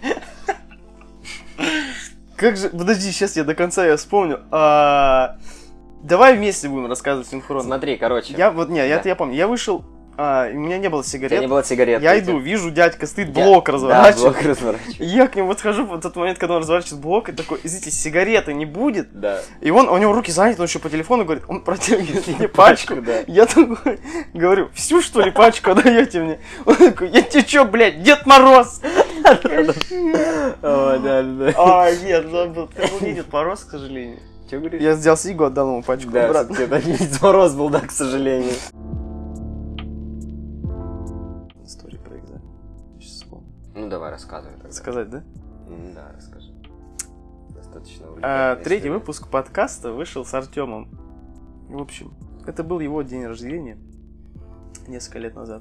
Как же... Подожди, сейчас я до конца я вспомню. Давай вместе будем рассказывать синхронно. Смотри, короче. Я помню. Я вышел, у меня не было сигарет. У тебя не было сигарет. Я иду, вижу, дядька стоит, блок разворачивает. Да, блок разворачивает. Я к нему подхожу в тот момент, когда он разворачивает блок, и такой, извините, сигареты не будет? Да. И у него руки заняты, он еще по телефону говорит, он протягивает мне пачку. Я такой, говорю, всю, что ли, пачку отдаете мне? Он такой, я тебе что, блядь, Дед Мороз? О, да. Нет, забыл. Ты был не Дед Мороз, к сожалению. Че говоришь? Я взял сигу, отдал ему пачку. Да, это Дед Мороз был, да, к сожалению. История про экзамен. Сейчас вспомню. Ну, давай, рассказывай тогда. Сказать, да? Да, расскажи. Достаточно увлекательная Третий история. выпуск подкаста вышел с Артемом. В общем, это был его день рождения. Несколько лет назад.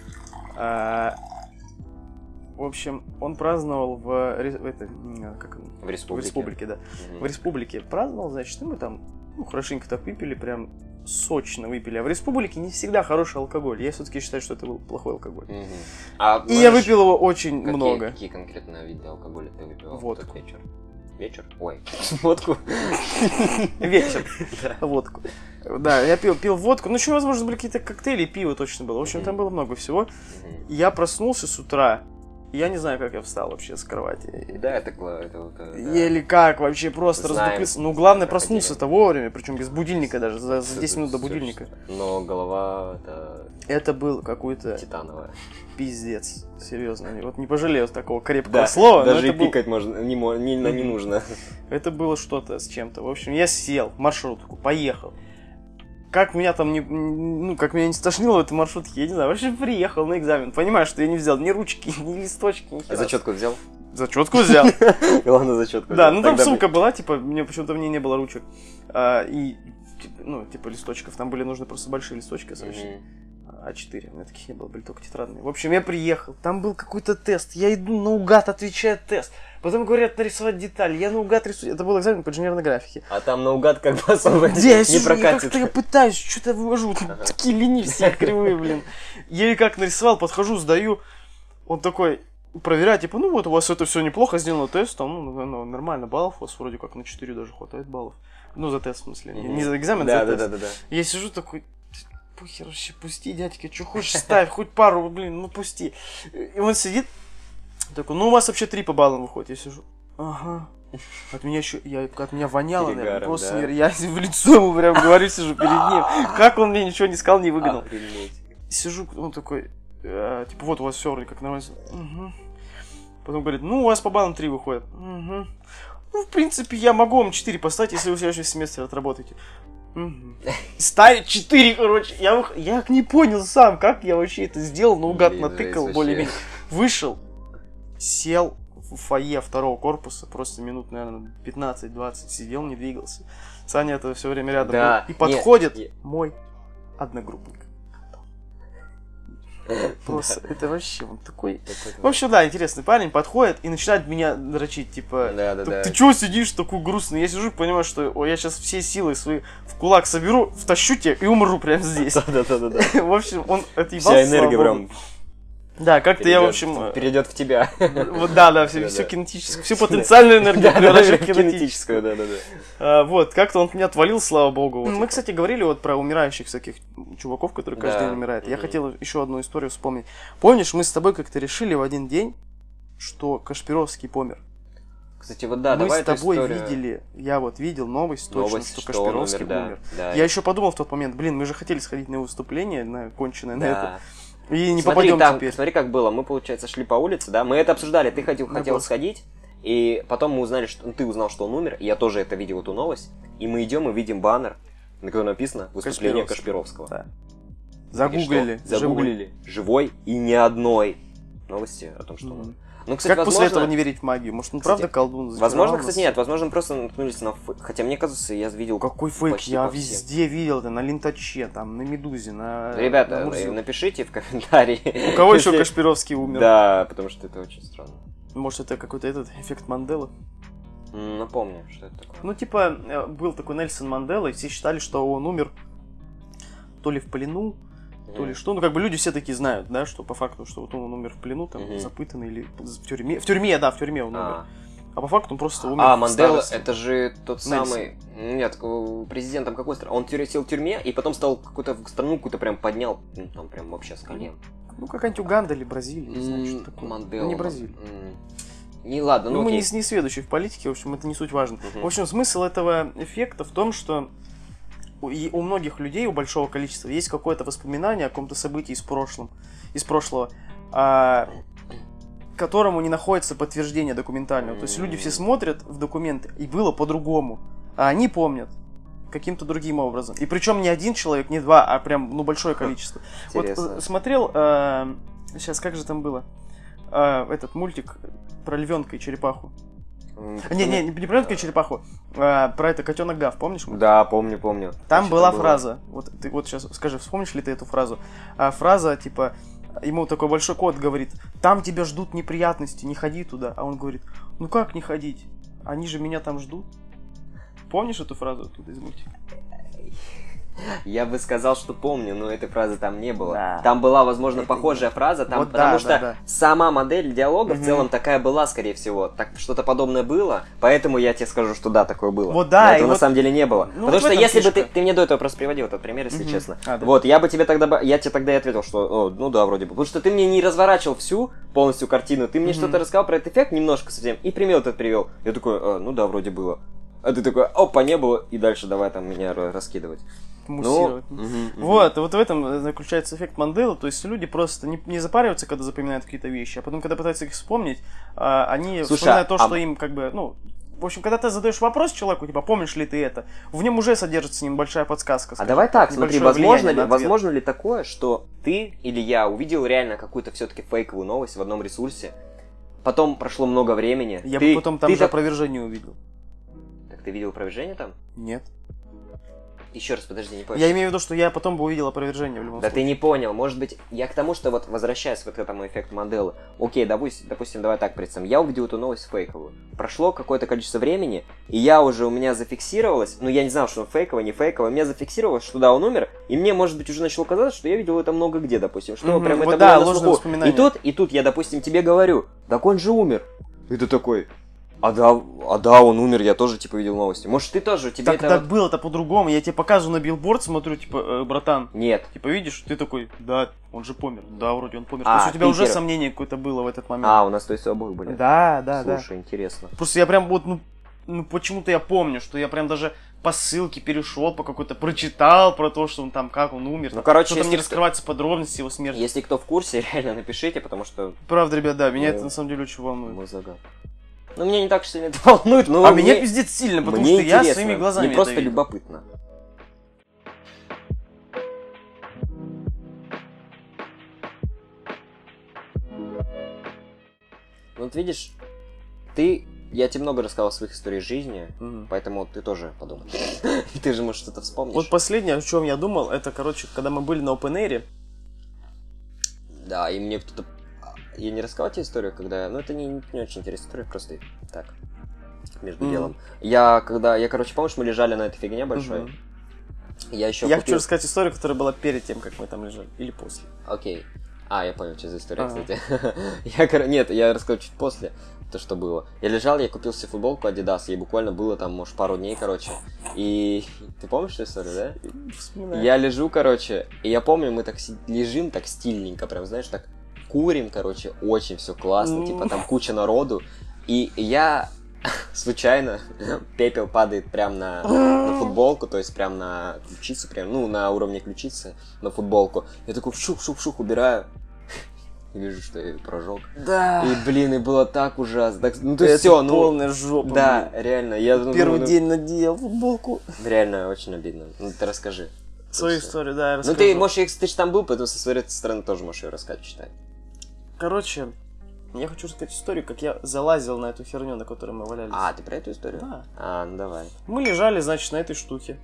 В общем, он праздновал в республике, да. В республике праздновал, значит, и мы там хорошенько так выпили, прям сочно выпили. А в республике не всегда хороший алкоголь. Я все-таки считаю, что это был плохой алкоголь. И я выпил его очень много. Какие конкретно виды алкоголя ты выпил? Водку. Вечер? Ой, водку. Вечер. Водку. Да, я пил водку. Ну, еще, возможно, были какие-то коктейли, пиво точно было. В общем, там было много всего. Я проснулся с утра. Я не знаю, как я встал вообще с кровати. Да, это Еле как вообще просто Знаем. раздуплился. Ну, главное, проснулся-то вовремя, причем без будильника даже, за 10 минут до будильника. Но голова, Это был какой-то титановая. пиздец. Серьезно. Вот не пожалею такого крепкого слова. Даже но и это был... пикать можно, не нужно. Это было что-то с чем-то. В общем, я сел в маршрутку, поехал. Как меня там как меня не стошнило в этой маршрутке, я не знаю. Вообще приехал на экзамен. Понимаю, что я не взял ни ручки, ни листочки, ни хера. Зачетку взял? Зачетку взял. Главное, зачетку взял. Да, ну там сумка была, типа, почему-то в ней не было ручек. И, типа, листочков. Там были нужны просто большие листочки, срочно. А4, у меня таких не было, были только тетрадные. В общем, я приехал, там был какой-то тест. Я иду наугад, отвечаю тест. Потом говорят нарисовать деталь. Я наугад рисую. Это был экзамен по инженерной графике. А там наугад как бы особо не прокатит. Как-то я пытаюсь, что-то вывожу. Такие линии все кривые, блин. Я как нарисовал, подхожу, сдаю. Он такой проверяет, типа, ну вот у вас это все неплохо, сделано тест. Там, нормально, баллов у вас вроде как на 4 даже хватает баллов. Ну, за тест, в смысле. Не за экзамен, за тест. Да. Я сижу такой... Похер вообще, пусти, дядька, что хочешь ставь, хоть пару, блин, ну пусти. И он сидит, такой, ну у вас вообще 3 по баллам выходит. Я сижу, ага. От меня воняло, перегаром, наверное, просто да. я в лицо ему прям говорю, сижу перед ним. Как он мне ничего не сказал, не выгнал. Сижу, он такой, типа, вот у вас все вроде как нормально. Угу. Потом говорит, ну у вас по баллам 3 выходит. Угу. Ну, в принципе, я могу вам 4 поставить, если вы в следующем семестре отработаете. Ставить 4, короче. Я не понял сам, как я вообще это сделал, наугад натыкал более-менее. Вышел, сел в фойе 2-го корпуса, просто минут, наверное, 15-20 сидел, не двигался. Саня это все время рядом был. И подходит мой одногруппник. Просто, это вообще он такой... В общем, да, интересный парень, подходит и начинает меня дрочить, типа... Ты чего сидишь такой грустный? Я сижу и понимаю, что я сейчас все силы свои в кулак соберу, втащу тебя и умру прямо здесь. Да. В общем, он отъебался. Вся энергия прям... Да, как-то я, в общем... Перейдет в тебя. Вот, да, все кинетическое, всю потенциальную энергию превращу в кинетическую. Да. Вот, как-то он от меня отвалил, слава богу. Мы, кстати, говорили вот про умирающих всяких чуваков, которые каждый день умирают. Я хотел еще одну историю вспомнить. Помнишь, мы с тобой как-то решили в один день, что Кашпировский помер. Кстати, вот да, мы давай с тобой видели, я вот видел новость точно, что Кашпировский умер. Я еще подумал в тот момент, блин, мы же хотели сходить на его выступление, на конченое, на это. И не попадем теперь. Смотри, как было. Мы, получается, шли по улице, да, мы это обсуждали, ты хотел сходить, и потом мы узнали, что ты узнал, что он умер, и я тоже это видел, эту новость, и мы идем и видим баннер, на котором написано «Выступление Кашпировского». Да. Загуглили. Живой и ни одной новости о том, что он умер. Ну, кстати, как после этого не верить в магию? Может, он правда колдун? Возможно, кстати, нет. Возможно, просто наткнулись на фейк. Хотя, мне кажется, я видел... Какой фейк? Я везде видел это. На Лентаче, там, на Медузе, на... Ребята, напишите в комментарии. У кого еще Кашпировский умер? Да, потому что это очень странно. Может, это какой-то эффект Манделы? Напомню, что это такое. Ну, типа, был такой Нельсон Мандела, и все считали, что он умер то ли в плену, то ли что. Ну, как бы люди все такие знают, да, что по факту, что вот он умер в плену, там, запытанный или в тюрьме. В тюрьме он умер. А по факту он просто умер в Мандела, старости. это же тот самый... Нет, президентом какой страны? Он сидел в тюрьме и потом стал какую-то страну какую-то прям поднял, ну, там прям вообще с колен. Ну, какая-нибудь Уганда или Бразилия, не знаю, что такое. Мандела. Ну, не Бразилия. Не, ладно, мы не сведущие в политике, в общем, это не суть важно. В общем, смысл этого эффекта в том, что у многих людей, у большого количества, есть какое-то воспоминание о каком-то событии из прошлого, которому не находится подтверждение документального. То есть люди все смотрят в документы, и было по-другому, а они помнят каким-то другим образом. И причем не один человек, не два, а прям большое количество. Интересно. Вот смотрел, сейчас, как же там было, этот мультик про львенка и черепаху. Не про львенка и черепаху, про это котенок Гав, помнишь? Да, помню. Там была фраза, вот ты вот сейчас скажи, вспомнишь ли ты эту фразу? Фраза, типа, ему такой большой кот говорит, там тебя ждут неприятности, не ходи туда. А он говорит, ну как не ходить? Они же меня там ждут. Помнишь эту фразу оттуда из мультика? Я бы сказал, что помню, но этой фразы там не было. Да. Там была, возможно, Это похожая фраза, там, Вот потому да, что да. сама модель диалога в целом такая была, скорее всего. Так что-то подобное было, поэтому я тебе скажу, что да, такое было. Вот да, Но и этого на вот- самом деле не было. Ну, Потому вот в что этом если бы фишка. ты мне до этого просто приводил этот пример, если честно. А, да. Вот, я бы тебе тогда, я тебе тогда и ответил, что, ну да, вроде бы. Потому что ты мне не разворачивал всю полностью картину, ты мне что-то рассказал про этот эффект немножко совсем, и пример этот привел. Я такой, ну да, вроде было. А ты такой, опа, не было, и дальше давай там меня раскидывать. Муссировать. Вот в этом заключается эффект Манделы, то есть люди просто не запариваются, когда запоминают какие-то вещи, а потом, когда пытаются их вспомнить, они вспоминают то, что им как бы, ну, в общем, когда ты задаешь вопрос человеку, типа, помнишь ли ты это, в нем уже содержится небольшая подсказка. А давай так, смотри, возможно возможно ли такое, что ты или я увидел реально какую-то все-таки фейковую новость в одном ресурсе, потом прошло много времени. Я бы потом там же так... опровержение увидел. Так ты видел опровержение там? Нет. Еще раз, подожди, не понял. Я имею в виду, что я потом бы увидел опровержение в любом Да случае. ты не понял, может быть, я к тому, что вот возвращаясь вот к этому эффекту Манделы, окей, допустим, давай так представим, я увидел эту новость фейковую, прошло какое-то количество времени, и у меня зафиксировалось, ну я не знал, что он фейковый, не фейковый, у меня зафиксировалось, что да, он умер, и мне, может быть, уже начало казаться, что я видел это много где, допустим, что прям вот это да, было на ложное слуху. воспоминание. И тут я, допустим, тебе говорю, так он же умер, и ты такой... А да, он умер, я тоже, типа, видел новости. Может, ты тоже, тебе Так, это... так было-то по-другому. Я тебе показываю на билборд, смотрю, типа, братан. Нет. Типа, видишь, ты такой, да, он же помер. Да, вроде он помер. А, То есть у тебя ты уже первый. сомнение какое-то было в этот момент. А, у нас, то есть, у обоих были? Да. Слушай, интересно. Просто я прям вот, ну почему-то я помню, что я прям даже по ссылке перешел, по какой-то прочитал про то, что он там, как он умер. Ну, короче, что там не если раскрываются подробности его смерти. Если кто в курсе, реально напишите, потому что Правда, ребят, да, меня Ну, это на самом деле очень волнует. мы загад. Ну, меня не так сильно это волнует, но... А меня пиздец сильно, потому мне что я интересно. своими глазами Мне это просто видел. любопытно. Вот видишь, я тебе много рассказал своих историй жизни, поэтому ты тоже подумай. Ты же, может, что-то вспомнишь. Вот последнее, о чем я думал, это, короче, когда мы были на Open Air. Да, и мне кто-то... Я не рассказал тебе историю, когда... Ну, это не очень интересная история, просто так, между делом. Я, короче, помнишь, мы лежали на этой фигне большой? Я хочу рассказать историю, которая была перед тем, как мы там лежали, или после. Окей. Я понял, что за история, кстати. Нет, я расскажу чуть после, то, что было. Я лежал, я купил себе футболку Adidas, ей буквально было там, может, пару дней, короче. И ты помнишь эту историю, да? Вспоминаю. Я лежу, короче, и я помню, мы так лежим, так стильненько, прям, знаешь, так курим, короче, очень все классно, типа там куча народу. И я случайно, пепел падает прям на футболку, то есть прям на ключицу, прям, ну, на уровне ключицы, на футболку. Я такой шух-шух-шух убираю. И вижу, что я ее прожег. Да. И, блин, и было так ужасно. Так, ну, то есть все, ну... полная жопа. Да, реально. Я Первый день надел футболку. Реально, очень обидно. Ну, ты расскажи. Свою историю, да, я Ну, расскажу. ты, можешь, ты же там был, поэтому со своей стороны тоже можешь ее рассказать, читать. Короче, я хочу рассказать историю, как я залазил на эту херню, на которой мы валялись. Ты про эту историю? Да. Ну давай. Мы лежали, значит, на этой штуке.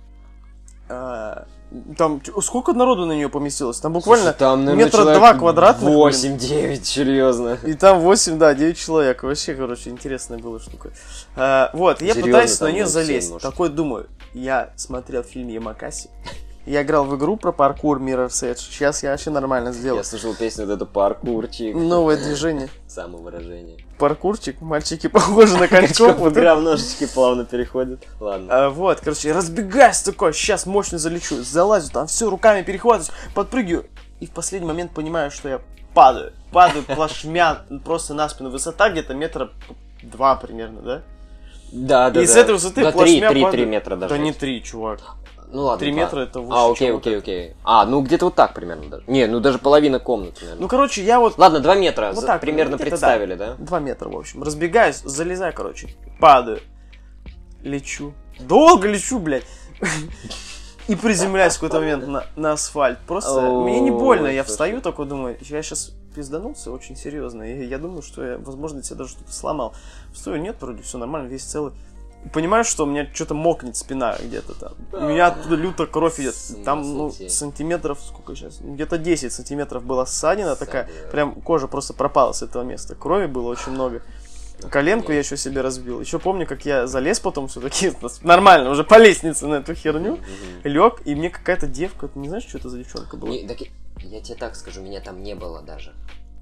Там, сколько народу на нее поместилось? Там буквально Слушай, там, наверное, метра 2 квадратных. 8-9, серьезно. И там 8, да, 9 человек. Вообще, короче, интересная была штука. Вот, я Серьезно, пытаюсь там на нее было 7, залезть. может. Такой думаю, я смотрел фильм Ямакаси. Я играл в игру про паркур Mirror's Edge. Сейчас я вообще нормально сделал. Я слушал песню вот эту «Паркурчик». Новое движение. Самовыражение. Паркурчик, мальчики похожи на качков. Вот Игра в ножички плавно переходит. Ладно. Вот, короче, разбегаюсь такой, сейчас мощно залечу, залазю, там все, руками перехватываюсь, подпрыгиваю. И в последний момент понимаю, что я падаю плашмя просто на спину. Высота где-то метра 2 примерно, да? Да. И с этой высоты плашмя 3 падаю. метра даже. Да не 3, чувак. Ну ладно. 3 метра это выше, Окей. Ну где-то вот так примерно даже. Не, ну даже половина комнаты, наверное. Ну, короче, я вот... Ладно, 2 метра. Вот так, примерно где-то, представили, да? 2 метра, в общем. Разбегаюсь, залезаю, короче, падаю. Лечу. Долго лечу, блядь. И приземляюсь в какой-то момент на асфальт. Просто мне не больно. Я встаю, такой думаю, я сейчас пизданулся очень серьезно. И я думаю, что я, возможно, себе даже что-то сломал. Встаю, нет, вроде все нормально, весь целый. Понимаю, что у меня что-то мокнет спина где-то там. У меня оттуда люто кровь идет. Там, ну, сантиметров, сколько сейчас? Где-то 10 сантиметров была ссадина такая. Прям кожа просто пропала с этого места. Крови было очень много. Коленку я еще себе разбил. Еще помню, как я залез потом все-таки нормально, уже по лестнице на эту херню, лег, и мне какая-то девка, ты не знаешь, что это за девчонка была? Я тебе так скажу, меня там не было даже.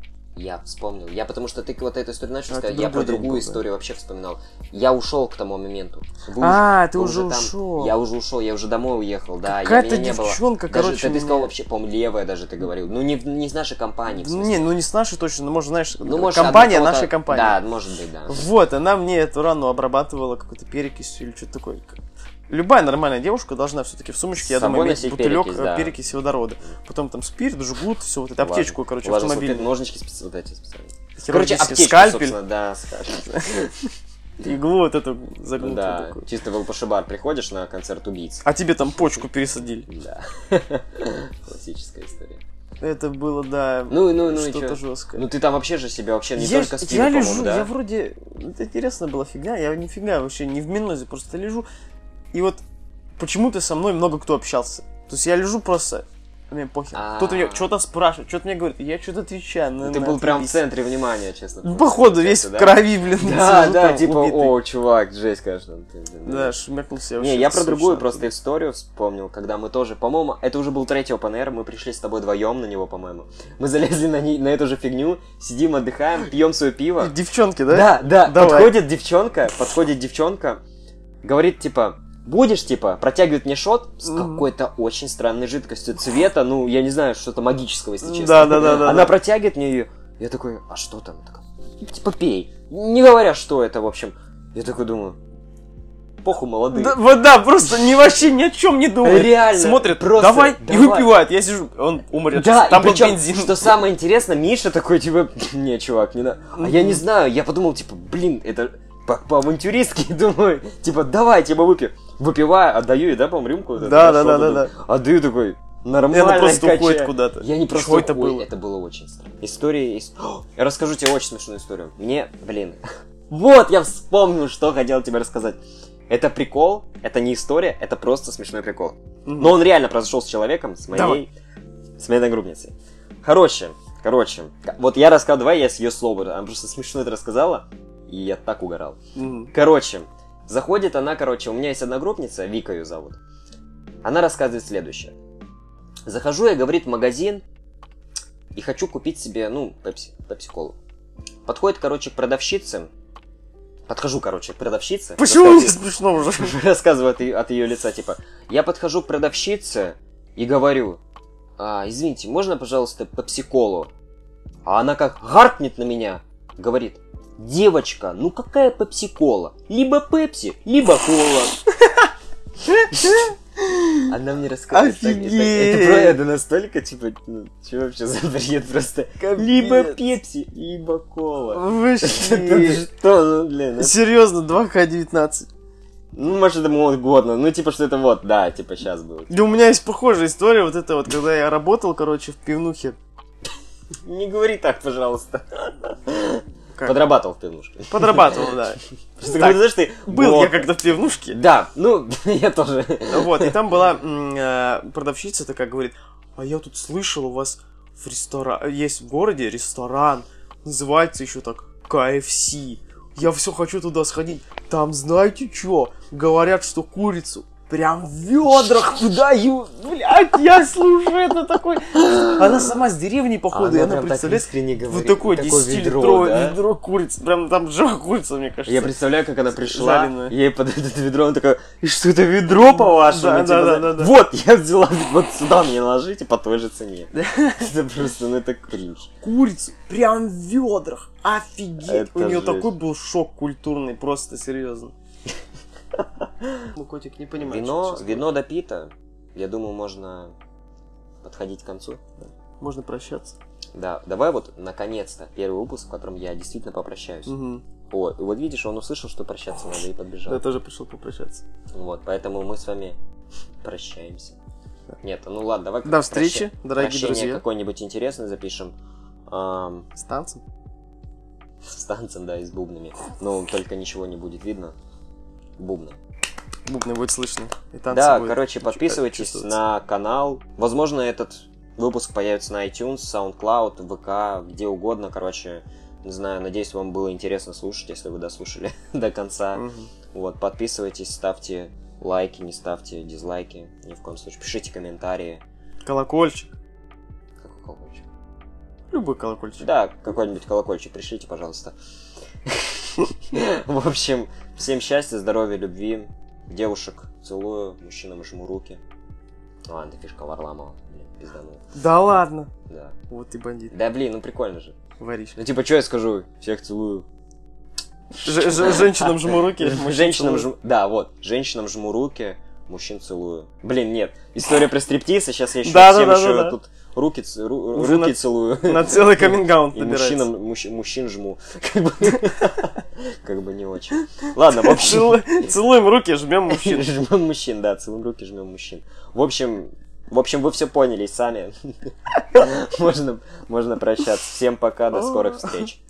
Я вспомнил. Потому что ты вот эту историю начал сказать, я про другую историю вообще вспоминал. Я ушел к тому моменту. Ты уже ушел. Я уже ушел, я уже домой уехал, да. Какая-то девчонка, короче. Ты сказал вообще, по-моему, левая даже ты говорил. Ну, не с нашей компании. Не с нашей точно, но может, знаешь, компания нашей компании. Да, может быть, да. Вот, она мне эту рану обрабатывала какой-то перекисью или что-то такое. Любая нормальная девушка должна все-таки в сумочке, я думаю, иметь бутылек перекиси водорода. Потом там спирт, жгут, все вот это, аптечку, короче, автомобильную. Ножнички вот эти специальные. Короче, аптечку, скальпель. Да, скальпель. Иглу вот эту загнутую. Да, такую. чисто в ЛПШ-бар приходишь на концерт убийц. А тебе там почку пересадили. Да. Классическая история. Это было, да, что-то жесткое. Ну ты там вообще же себя не только спину, я лежу, да? я вроде... Это интересная была фигня, я нифига вообще не в минозе, просто лежу. И вот почему-то со мной много кто общался. То есть я лежу просто... Мне похер. Кто-то мне что-то спрашивает, что-то мне говорит, я что-то отвечаю. Ты был прям в центре внимания, честно. Походу, весь в крови, блин. Да, типа, о, чувак, жесть, конечно. Да, шмякнулся вообще. Не, я про другую просто историю вспомнил, когда мы тоже, по-моему, это уже был третий Open Air, мы пришли с тобой вдвоем на него, по-моему. Мы залезли на эту же фигню, сидим, отдыхаем, пьем свое пиво. Девчонки, да? Да, подходит девчонка, говорит, типа... Будешь, типа, протягивает мне шот с какой-то очень странной жидкостью цвета, я не знаю, что-то магического, если честно. Да. Она протягивает мне ее, я такой, а что там? Типа, пей. Не говоря, что это, в общем. Я такой думаю, похуй, молодые. Да, просто вообще ни о чем не думает. Реально. Смотрит, просто, давай, и выпивает. Я сижу, он умрет. Да, там был бензин. Что самое интересное, Миша такой, типа, не, чувак, не надо. А я не знаю, я подумал, типа, блин, это... По-авантюристски, думаю, типа, давай, типа, выпиваю, отдаю ей, да, по-моему, рюмку? Да. Отдаю такой, нормально. Она просто уходит куда-то. Я не просто Что это было? Это было очень странно. История... Я расскажу тебе очень смешную историю. Вот, я вспомнил, что хотел тебе рассказать. Это прикол, это не история, это просто смешной прикол. Но он реально произошел с человеком, с моей одногруппницей. Короче, вот я рассказал, давай я с ее слова, она просто смешно это рассказала. И я так угорал. Короче, заходит она, у меня есть одногруппница, Вика ее зовут. Она рассказывает следующее. Захожу я, говорит, в магазин и хочу купить себе, пепси-колу. Подходит, к продавщице. Подхожу, к продавщице. Почему не смешно уже? Рассказываю от ее лица, типа. Я подхожу к продавщице и говорю, извините, можно, пожалуйста, пепси-колу? А она как гаркнет на меня, говорит, девочка, какая пепси-кола? Либо пепси, либо кола. Она мне рассказывает. Это правда настолько, типа, что вообще за бред просто? Либо пепси, либо кола. Вообще. Что, блин. Серьезно, 2К19. Может, это было угодно. Типа, что это сейчас было. Да у меня есть похожая история, вот это вот, когда я работал, в пивнухе. Не говори так, пожалуйста. Подрабатывал в пивнушке. Подрабатывал, да. Знаешь, ты... Был я когда в пивнушке. Да, я тоже. Вот, и там была продавщица такая, говорит, а я тут слышал, у вас есть в городе ресторан, называется еще так KFC. Я все хочу туда сходить. Там знаете что? Говорят, что курицу прям в ведрах подают. Блядь, я слушаю это такой. Она сама с деревни, походу, и она представляет, вот такое 10-литровое ведро курицы. Прям там жива курица, мне кажется. Я представляю, как она пришла, ей под это ведро, она такая, и что это ведро, по-вашему? Да. Вот, я взяла, вот сюда мне наложите по той же цене. Это просто, это кринж. Курицу прям в ведрах. Офигеть. У нее такой был шок культурный, просто серьезно. Котик не понимает. Вино допито. Я думаю, можно подходить к концу. Можно прощаться. Да, давай наконец-то первый выпуск, в котором я действительно попрощаюсь. Вот видишь, он услышал, что прощаться надо, и подбежал. Я тоже пришел попрощаться. Вот, поэтому мы с вами прощаемся. Нет, ладно, давай. До встречи, дорогие друзья. Какой-нибудь интересный запишем. С танцем? С танцем, да, и с бубнами. Только ничего не будет видно. Бубны будет слышно. И да, подписывайтесь на канал. Возможно, этот выпуск появится на iTunes, SoundCloud, ВК, где угодно. Не знаю, надеюсь, вам было интересно слушать, если вы дослушали до конца. Вот, подписывайтесь, ставьте лайки, не ставьте дизлайки. Ни в коем случае. Пишите комментарии. Колокольчик. Какой колокольчик? Любой колокольчик. Да, какой-нибудь колокольчик пришлите, пожалуйста. В общем, всем счастья, здоровья, любви. Девушек целую, мужчинам жму руки. Ладно, ты фишка Варламова. Блин, пизданул. Да ладно. Да. Вот ты бандит. Да блин, ну прикольно же. Воришь. Ну типа, что я скажу? Всех целую. Женщинам жму руки. Женщинам жму... Да, вот. Женщинам жму руки, мужчин целую. Блин, нет. История про стриптиз, а сейчас я еще всем еще тут руки целую. На целый каминг-аут и набирается. мужчин жму. Как бы не очень. Ладно, в общем... Целуем руки, жмем мужчин. Жмем мужчин, да, целуем руки, жмем мужчин. В общем, вы все поняли сами. Можно прощаться. Всем пока, до скорых встреч.